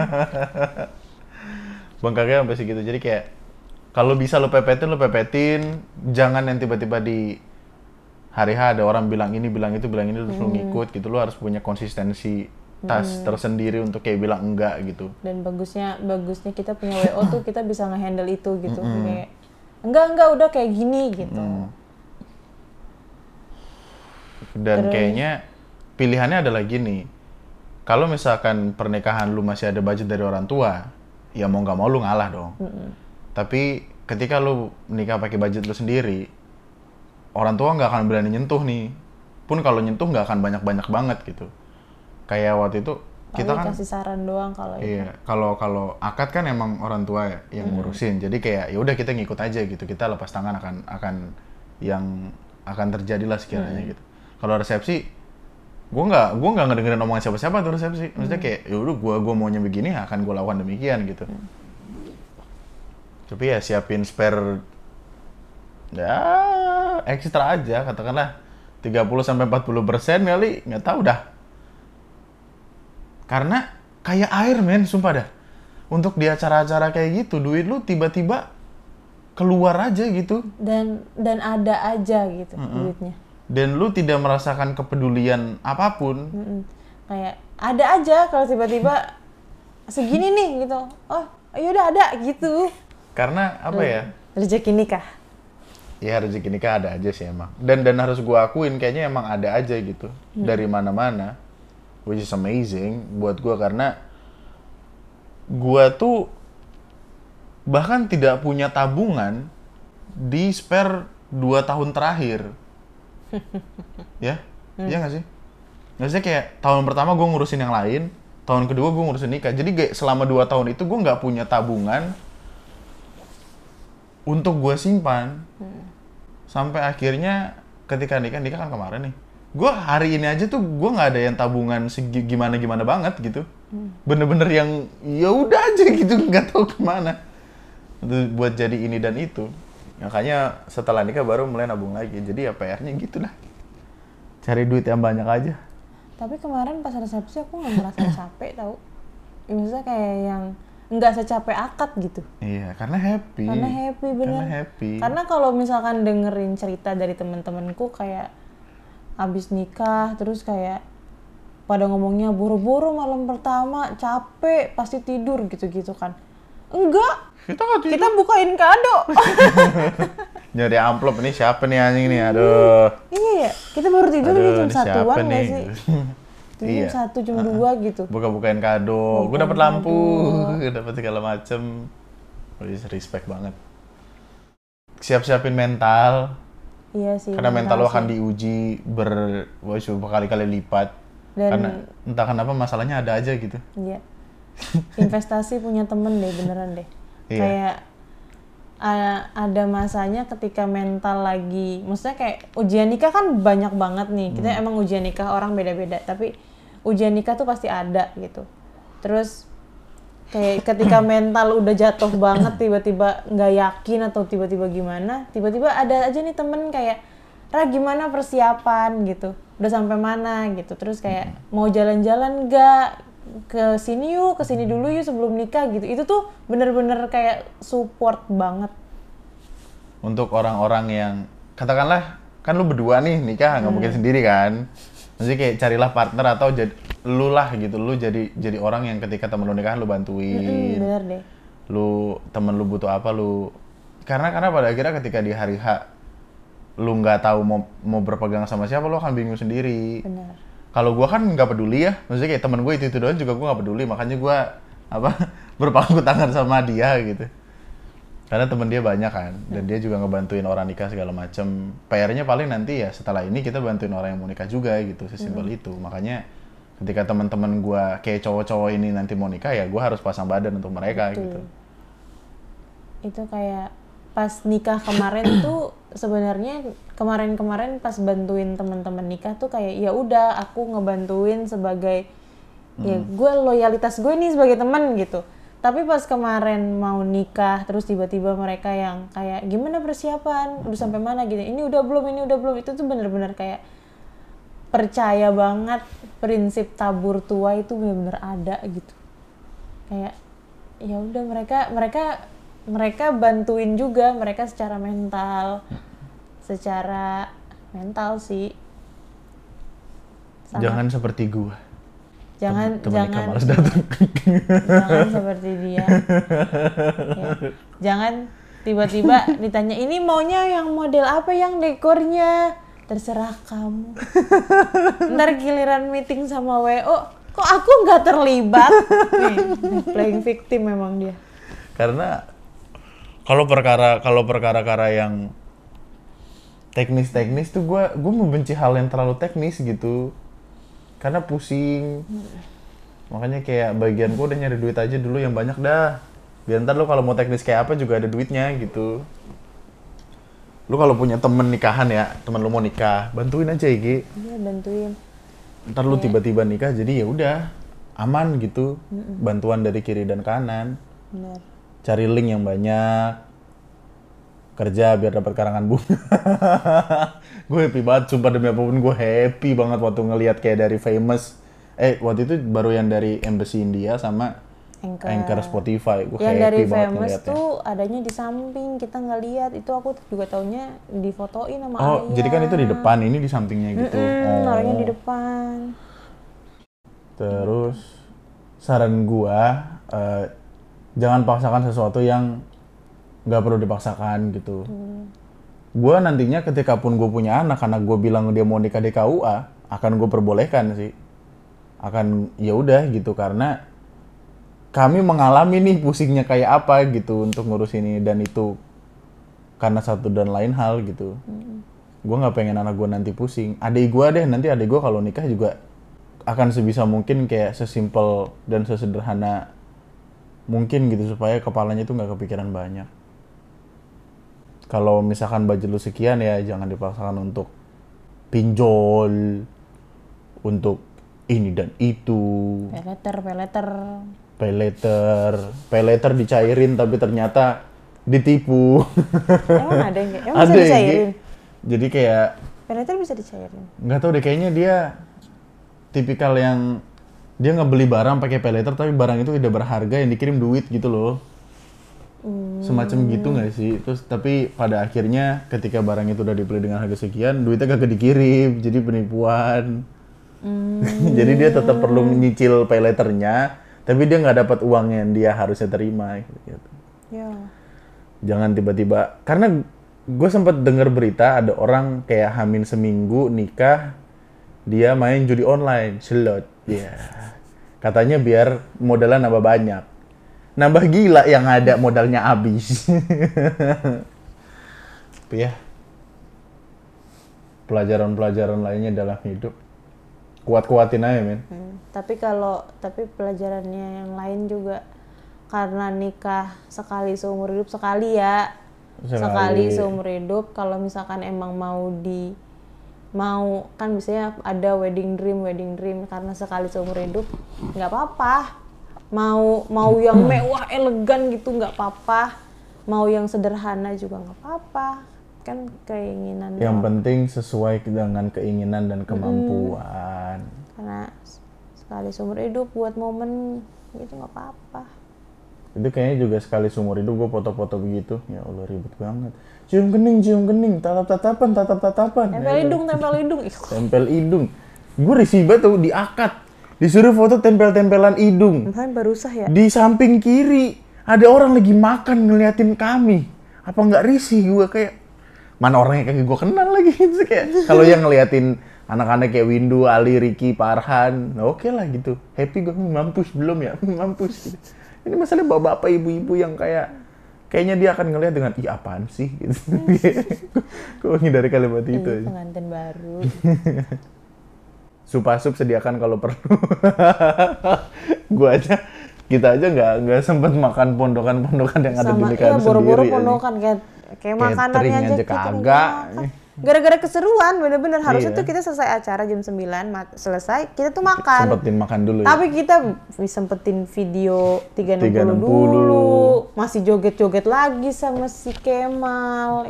Bengkaknya sampai segitu. Jadi kayak, kalau bisa lu pepetin. Jangan yang tiba-tiba di hari H ada orang bilang ini, terus lu ngikut gitu. Lu harus punya konsistensi tersendiri untuk kayak bilang enggak gitu. Dan bagusnya kita punya WO tuh kita bisa nge-handle itu gitu. Kayak enggak udah kayak gini gitu. Dan kayaknya pilihannya adalah gini. Kalau misalkan pernikahan lu masih ada budget dari orang tua, ya mau nggak mau lu ngalah dong. Tapi ketika lu menikah pakai budget lu sendiri, orang tua nggak akan berani nyentuh nih. Pun kalau nyentuh nggak akan banyak-banyak banget gitu. Kayak waktu itu kita kan kasih saran doang kalau iya, kalau akad kan emang orang tua ya yang ngurusin. Jadi kayak ya udah kita ngikut aja gitu. Kita lepas tangan akan yang akan terjadi lah sekiranya gitu. Kalau resepsi gue nggak ngedengerin omongan siapa-siapa tuh resepsi. Maksudnya kayak ya udah gue maunya begini akan gue lakukan demikian gitu. Tapi ya siapin spare ya ekstra aja, katakanlah 30-40% kali, nggak tahu dah. Karena kayak air men, sumpah dah. Untuk di acara-acara kayak gitu, duit lu tiba-tiba keluar aja gitu. Dan ada aja gitu duitnya. Dan lu tidak merasakan kepedulian apapun. Kayak ada aja kalau tiba-tiba segini nih gitu. Oh, yaudah ada gitu. Karena apa ya? Rezeki nikah. Ya rezeki nikah ada aja sih emang. Dan harus gua akuin kayaknya emang ada aja gitu. Dari mana-mana. Which is amazing buat gue karena gue tuh bahkan tidak punya tabungan di spare 2 tahun terakhir. Ya? Iya nggak sih? Maksudnya kayak tahun pertama gue ngurusin yang lain, tahun kedua gue ngurusin nikah. Jadi kayak selama 2 tahun itu gue nggak punya tabungan untuk gue simpan. Sampai akhirnya ketika nikah kan kemarin nih. Gue hari ini aja tuh gue nggak ada yang tabungan gimana banget gitu. Bener-bener yang ya udah aja gitu, nggak tahu kemana. Itu buat jadi ini dan itu. Makanya setelah nikah baru mulai nabung lagi. Jadi ya PR-nya gitu lah. Cari duit yang banyak aja. Tapi kemarin pas resepsi aku nggak merasa capek tau. Ya, maksudnya kayak yang nggak secapek akad gitu. Iya, karena happy. Karena happy bener. Karena happy. Karena kalau misalkan dengerin cerita dari teman-temanku kayak abis nikah terus kayak pada ngomongnya buru-buru malam pertama capek pasti tidur gitu-gitu kan. Enggak. Kita bukain kado. Nyari amplop nih siapa nih anjing nih, aduh. Iya ya, kita baru tidur nih jam 1-an nggak sih? Iya. Jam 1, jam 2 gitu. Bukain kado, gue dapet lampu, dapet segala macem. Respect banget. Siap-siapin mental. Iya sih. Karena mental lo akan diuji berkali-kali lipat. Dan karena entah kenapa masalahnya ada aja gitu. Iya. Investasi punya temen deh, beneran deh. Iya. Kayak ada masanya ketika mental lagi, maksudnya kayak ujian nikah kan banyak banget nih. Kita emang ujian nikah orang beda-beda, tapi ujian nikah tuh pasti ada gitu. Terus kayak ketika mental udah jatuh banget, tiba-tiba nggak yakin atau tiba-tiba gimana, tiba-tiba ada aja nih temen kayak, Ra gimana persiapan gitu, udah sampai mana gitu. Terus kayak mau jalan-jalan nggak, ke sini yuk, ke sini dulu yuk sebelum nikah gitu. Itu tuh bener-bener kayak support banget. Untuk orang-orang yang katakanlah kan lu berdua nih nikah nggak mungkin sendiri kan. Maksudnya kayak carilah partner atau lu lah gitu, lu jadi orang yang ketika temen lu nikah lu bantuin. Bener deh. Temen lu butuh apa lu, karena pada akhirnya ketika di hari H lu nggak tahu mau berpegang sama siapa, lu akan bingung sendiri. Bener. Kalau gue kan nggak peduli ya, maksudnya kayak temen gue itu doang juga gue nggak peduli, makanya gue berpangku tangan sama dia gitu. Karena temen dia banyak kan, dan dia juga ngebantuin orang nikah segala macem. PR-nya paling nanti ya setelah ini kita bantuin orang yang mau nikah juga gitu, sesimpel itu. Makanya ketika teman-teman gue kayak cowok-cowok ini nanti mau nikah ya gue harus pasang badan untuk mereka. Betul. Gitu. Itu kayak pas nikah kemarin tuh sebenarnya kemarin pas bantuin teman-teman nikah tuh kayak ya udah aku ngebantuin sebagai ya gue loyalitas gue nih sebagai teman gitu. Tapi pas kemarin mau nikah terus tiba-tiba mereka yang kayak gimana persiapan, udah sampai mana gitu, ini udah belum, itu tuh bener-bener kayak percaya banget prinsip tabur tua itu bener-bener ada gitu. Kayak ya udah mereka bantuin juga, mereka secara mental sih. Jangan seperti gua. Jangan malas datang. Jangan seperti dia. Ya. Jangan tiba-tiba ditanya ini maunya yang model apa, yang dekornya, terserah kamu. Ntar giliran meeting sama WO, kok aku nggak terlibat? Nih, playing victim memang dia. Karena kalau perkara yang teknis tuh gue membenci hal yang terlalu teknis gitu, karena pusing. Makanya kayak bagian gue udah nyari duit aja dulu yang banyak dah, biar ntar lo kalau mau teknis kayak apa juga ada duitnya gitu. Lu kalau punya temen nikahan ya, temen lu mau nikah, bantuin aja Iki. Iya, bantuin. Ntar lu tiba-tiba nikah jadi ya udah aman gitu. Bantuan dari kiri dan kanan. Bener. Cari link yang banyak. Kerja biar dapat karangan bunga. Gue happy banget, sumpah demi apapun gue happy banget waktu ngelihat kayak dari Famous. Waktu itu baru yang dari Embassy India sama Anchor Spotify. Gue happy dari banget Famous ngeliatnya. tuh adanya di samping, kita nggak lihat. Itu aku juga taunya difotoin sama ayah. Jadi kan itu di depan, ini di sampingnya gitu. Orangnya di depan. Terus saran gua, jangan paksakan sesuatu yang nggak perlu dipaksakan gitu. Gua nantinya ketika pun gue punya anak gue bilang dia mau nikah di KUA, akan gue perbolehkan sih. Akan ya udah gitu, karena kami mengalami nih pusingnya kayak apa gitu untuk ngurus ini dan itu. karena satu dan lain hal gitu. Gue nggak pengen anak gue nanti pusing. Adik gue kalau nikah juga akan sebisa mungkin kayak sesimpel dan sesederhana mungkin gitu, supaya kepalanya itu nggak kepikiran banyak. Kalau misalkan budget lu sekian, ya jangan dipaksakan untuk pinjol, untuk ini dan itu. Pay later dicairin tapi ternyata ditipu. Emang ada yang kayak, emang bisa dicairin? Jadi kayak pay later bisa dicairin? Nggak tahu deh, kayaknya dia tipikal yang dia ngebeli barang pakai pay later tapi barang itu tidak berharga, yang dikirim duit gitu loh. Semacam gitu nggak sih? Terus tapi pada akhirnya ketika barang itu udah dibeli dengan harga sekian, duitnya kagak dikirim, jadi penipuan. Jadi dia tetap perlu nyicil pay letternya, tapi dia nggak dapat uang yang dia harusnya terima gitu. Ya. Jangan tiba-tiba, karena gue sempat dengar berita ada orang kayak hamil seminggu nikah, dia main judi online, slot. Ya. Katanya biar modalnya nambah banyak. Nambah gila, yang ada modalnya habis. Tapi ya, pelajaran-pelajaran lainnya dalam hidup, kuat-kuatin aja, men. Tapi pelajarannya yang lain juga, karena nikah sekali seumur hidup, sekali seumur hidup. Kalau misalkan emang mau kan biasanya ada wedding dream, karena sekali seumur hidup nggak apa-apa. Mau yang mewah elegan gitu nggak apa-apa, mau yang sederhana juga nggak apa-apa, kan keinginan yang penting sesuai dengan keinginan dan kemampuan. Karena sekali seumur hidup buat momen gitu nggak apa-apa. Itu kayaknya juga sekali seumur hidup gue foto-foto begitu. Ya Allah, ribet banget. Cium kening, tatap-tatapan. Tempel hidung. Gue risih banget tuh di akad. Disuruh foto tempel-tempelan hidung. Baru sah ya? Di samping kiri ada orang lagi makan ngeliatin kami. Apa nggak risih gue, kayak mana orangnya kayak gue kenal lagi gitu, kayak kalau yang ngeliatin anak-anak kayak Windu, Ali, Ricky, Farhan, oke lah gitu. Happy gue, mampus belum ya? Mampus gitu. Ini masalah bapak-bapak, ibu-ibu yang kayaknya dia akan ngeliat dengan, ih apaan sih gitu. Gue ngindari kalimat itu aja. Pengantin baru. Supasup sediakan kalau perlu. Kita aja nggak sempet makan pondokan-pondokan yang ada di nikahan sendiri. Boro-boro pondokan kayak makanannya aja kita kagak. Gara-gara keseruan, bener-bener harusnya tuh kita selesai acara jam 9, selesai kita tuh makan. Sempetin makan dulu ya. Tapi kita sempetin video 360 dulu. Masih joget-joget lagi sama si Kemal.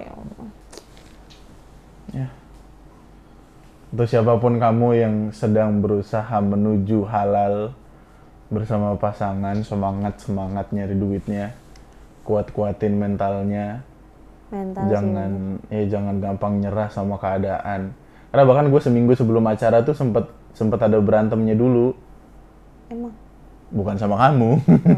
Ya. Untuk siapapun kamu yang sedang berusaha menuju halal bersama pasangan, semangat nyari duitnya, kuat-kuatin mentalnya. Jangan gampang nyerah sama keadaan. Karena bahkan gue seminggu sebelum acara tuh sempet ada berantemnya dulu. Emang? Bukan sama kamu.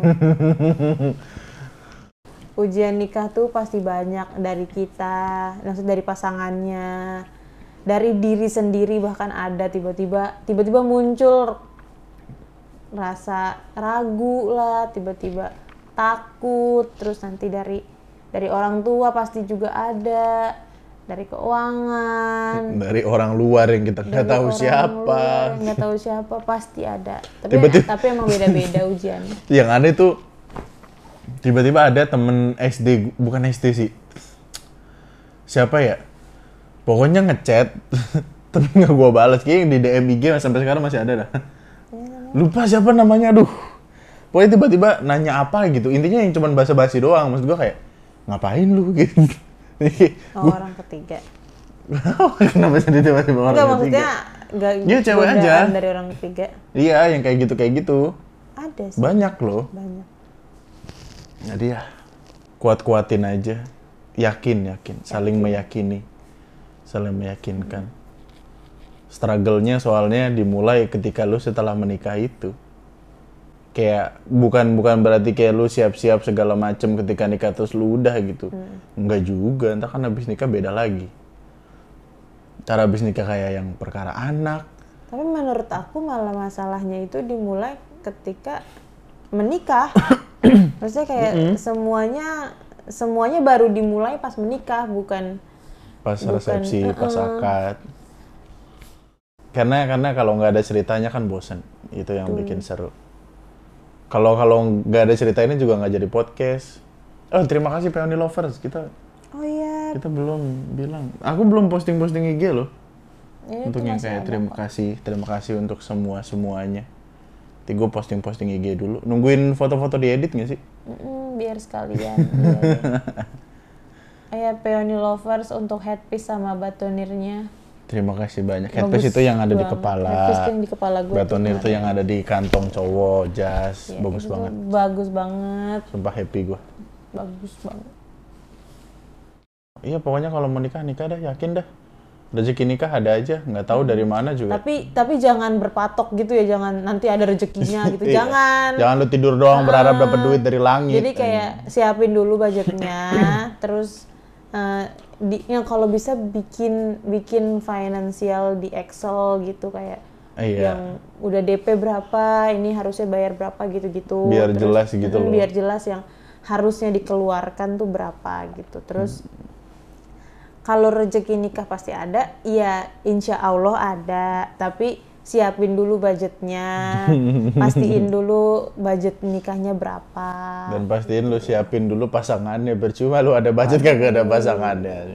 Ujian nikah tuh pasti banyak dari kita, maksud dari pasangannya, dari diri sendiri, bahkan ada tiba-tiba muncul rasa ragu lah, tiba-tiba takut, terus nanti dari orang tua pasti juga ada, dari keuangan, dari orang luar yang kita nggak tahu siapa, pasti ada. Tapi emang beda-beda ujiannya. Yang aneh tuh tiba-tiba ada temen SD, bukan SD sih, siapa ya, pokoknya ngechat tapi nggak gue balas, kayaknya di DM IG sampai sekarang masih ada dah. Lupa siapa namanya, aduh. Pokoknya tiba-tiba nanya apa gitu, intinya yang cuma basa-basi doang. Maksud gue kayak, ngapain lu gitu. Orang ketiga. Kenapa jadi tiba-tiba orang ketiga? Maksudnya ya cewek aja dari orang ketiga. Iya, yang kayak gitu. Ada sih. Banyak loh. Banyak. Jadi ya, kuat-kuatin aja. Yakin. Saling meyakini. Saling meyakinkan. Struggle-nya soalnya dimulai ketika lu setelah menikah itu. Kayak bukan berarti kayak lu siap-siap segala macem ketika nikah terus lu udah gitu. Enggak juga, entar kan habis nikah beda lagi. Cara habis nikah kayak yang perkara anak. Tapi menurut aku malah masalahnya itu dimulai ketika menikah. Maksudnya kayak semuanya semuanya baru dimulai pas menikah, bukan pas resepsi, pas akad. Karena kalau nggak ada ceritanya kan bosan. Itu yang bikin seru. Kalau nggak ada cerita ini juga nggak jadi podcast. Oh, terima kasih Peony Lovers. Kita belum bilang. Aku belum posting IG loh. Untuk yang kayak terima kasih untuk semuanya. Nanti gue posting IG dulu. Nungguin foto-foto diedit nggak sih? Biar sekalian. Peony Lovers untuk headpiece sama batonirnya. Terima kasih banyak. Headpiece itu yang ada di kepala. Headpiece yang di kepala gue. Batonir itu yang ada di kantong cowok, jas. Bagus banget. Bagus banget. Sumpah happy gue. Bagus banget. Iya, pokoknya kalau mau nikah dah, yakin dah. Rezeki nikah ada aja, nggak tahu dari mana juga. Tapi jangan berpatok gitu ya, jangan nanti ada rezekinya gitu. Jangan lu tidur doang berharap dapat duit dari langit. Jadi kayak siapin dulu budgetnya, terus yang kalau bisa bikin finansial di Excel gitu, kayak yang udah DP berapa, ini harusnya bayar berapa gitu-gitu. Biar jelas gitu loh. Biar jelas yang harusnya dikeluarkan tuh berapa gitu. Terus kalau rezeki nikah pasti ada, ya insya Allah ada. Tapi siapin dulu budgetnya, pastiin dulu budget nikahnya berapa. Dan pastiin lu siapin dulu pasangannya, percuma lu ada budget kagak ada pasangannya.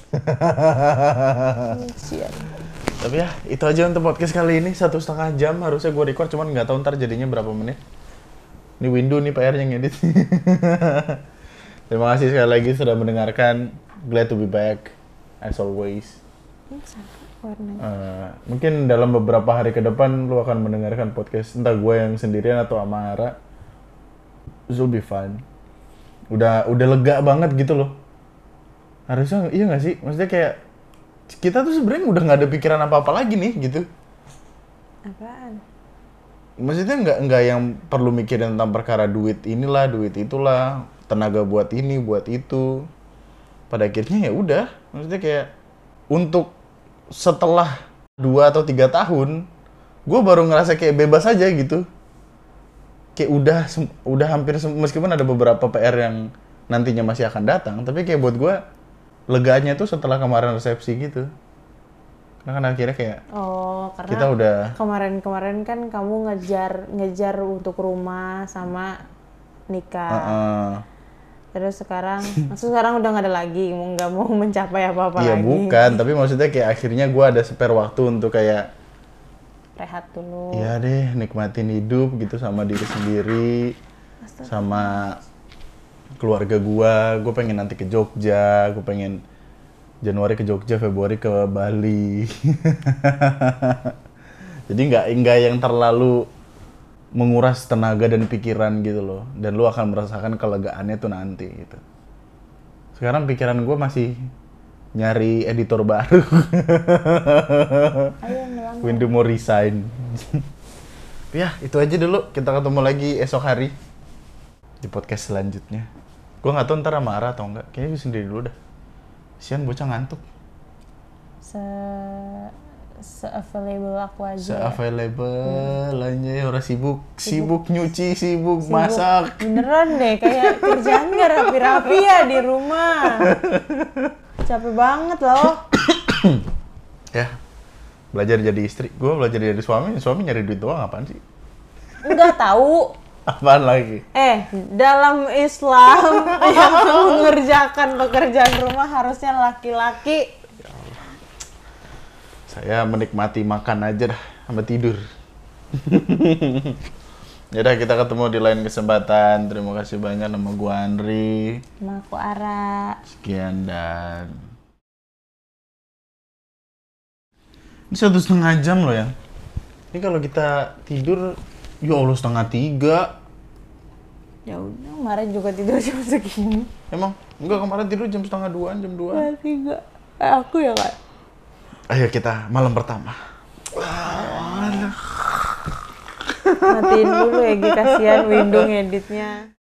Tapi ya, itu aja untuk podcast kali ini. 1,5 jam harusnya gue record, cuman nggak tahu ntar jadinya berapa menit. Ini Windu nih PR yang edit. Terima kasih sekali lagi sudah mendengarkan. Glad to be back, as always. Mungkin dalam beberapa hari ke depan lu akan mendengarkan podcast entah gue yang sendirian atau sama Ara. It will be fun. Udah lega banget gitu loh. Harusnya iya nggak sih? Maksudnya kayak kita tuh sebenarnya udah nggak ada pikiran apa-apa lagi nih gitu. Apaan? Maksudnya nggak yang perlu mikirin tentang perkara duit inilah, duit itulah, tenaga buat ini, buat itu. Pada akhirnya ya udah, maksudnya kayak untuk setelah 2 atau 3 tahun, gue baru ngerasa kayak bebas aja gitu. Kayak udah hampir meskipun ada beberapa PR yang nantinya masih akan datang, tapi kayak buat gue leganya tuh setelah kemarin resepsi gitu. Karena kan akhirnya kayak karena kita udah kemarin kan kamu ngejar untuk rumah sama nikah. Terus sekarang udah nggak ada lagi, nggak mau mencapai apa-apa lagi. Iya bukan, tapi maksudnya kayak akhirnya gue ada spare waktu untuk kayak rehat dulu. Iya deh, nikmatin hidup gitu sama diri sendiri, sama keluarga gue pengen nanti ke Jogja, gue pengen Januari ke Jogja, Februari ke Bali. Jadi nggak yang terlalu menguras tenaga dan pikiran gitu loh. Dan lu akan merasakan kelegaannya tuh nanti gitu. Sekarang pikiran gue masih nyari editor baru. Windu mau resign. Ya, itu aja dulu. Kita ketemu lagi esok hari di podcast selanjutnya. Gue nggak tahu ntar sama Ara atau enggak. Kayaknya gue sendiri dulu dah. Sian bocah ngantuk. Se-available aku aja. Se-available aja, orang sibuk nyuci, sibuk masak. Beneran deh, kayak kerjaan gak rapi-rapi ya di rumah. Capek banget loh. Ya, belajar jadi istri. Gue belajar jadi suami nyari duit doang apaan sih? Enggak tahu. Apaan lagi? Dalam Islam yang mengerjakan pekerjaan rumah harusnya laki-laki. Ya Allah. Saya menikmati makan aja dah, sama tidur. Yaudah, kita ketemu di lain kesempatan. Terima kasih banyak, nama gua Andri. Nama aku Ara. Sekian dan... Ini 1,5 jam loh ya. Ini kalau kita tidur, ya Allah 1:30. Ya udah, kemarin juga tidur jam segini. Emang? Enggak, kemarin tidur jam 1:30-an, jam 2. 3. Aku ya Kak. Ayo kita malam pertama. Matiin dulu ya, kasihan Windu ngeditnya.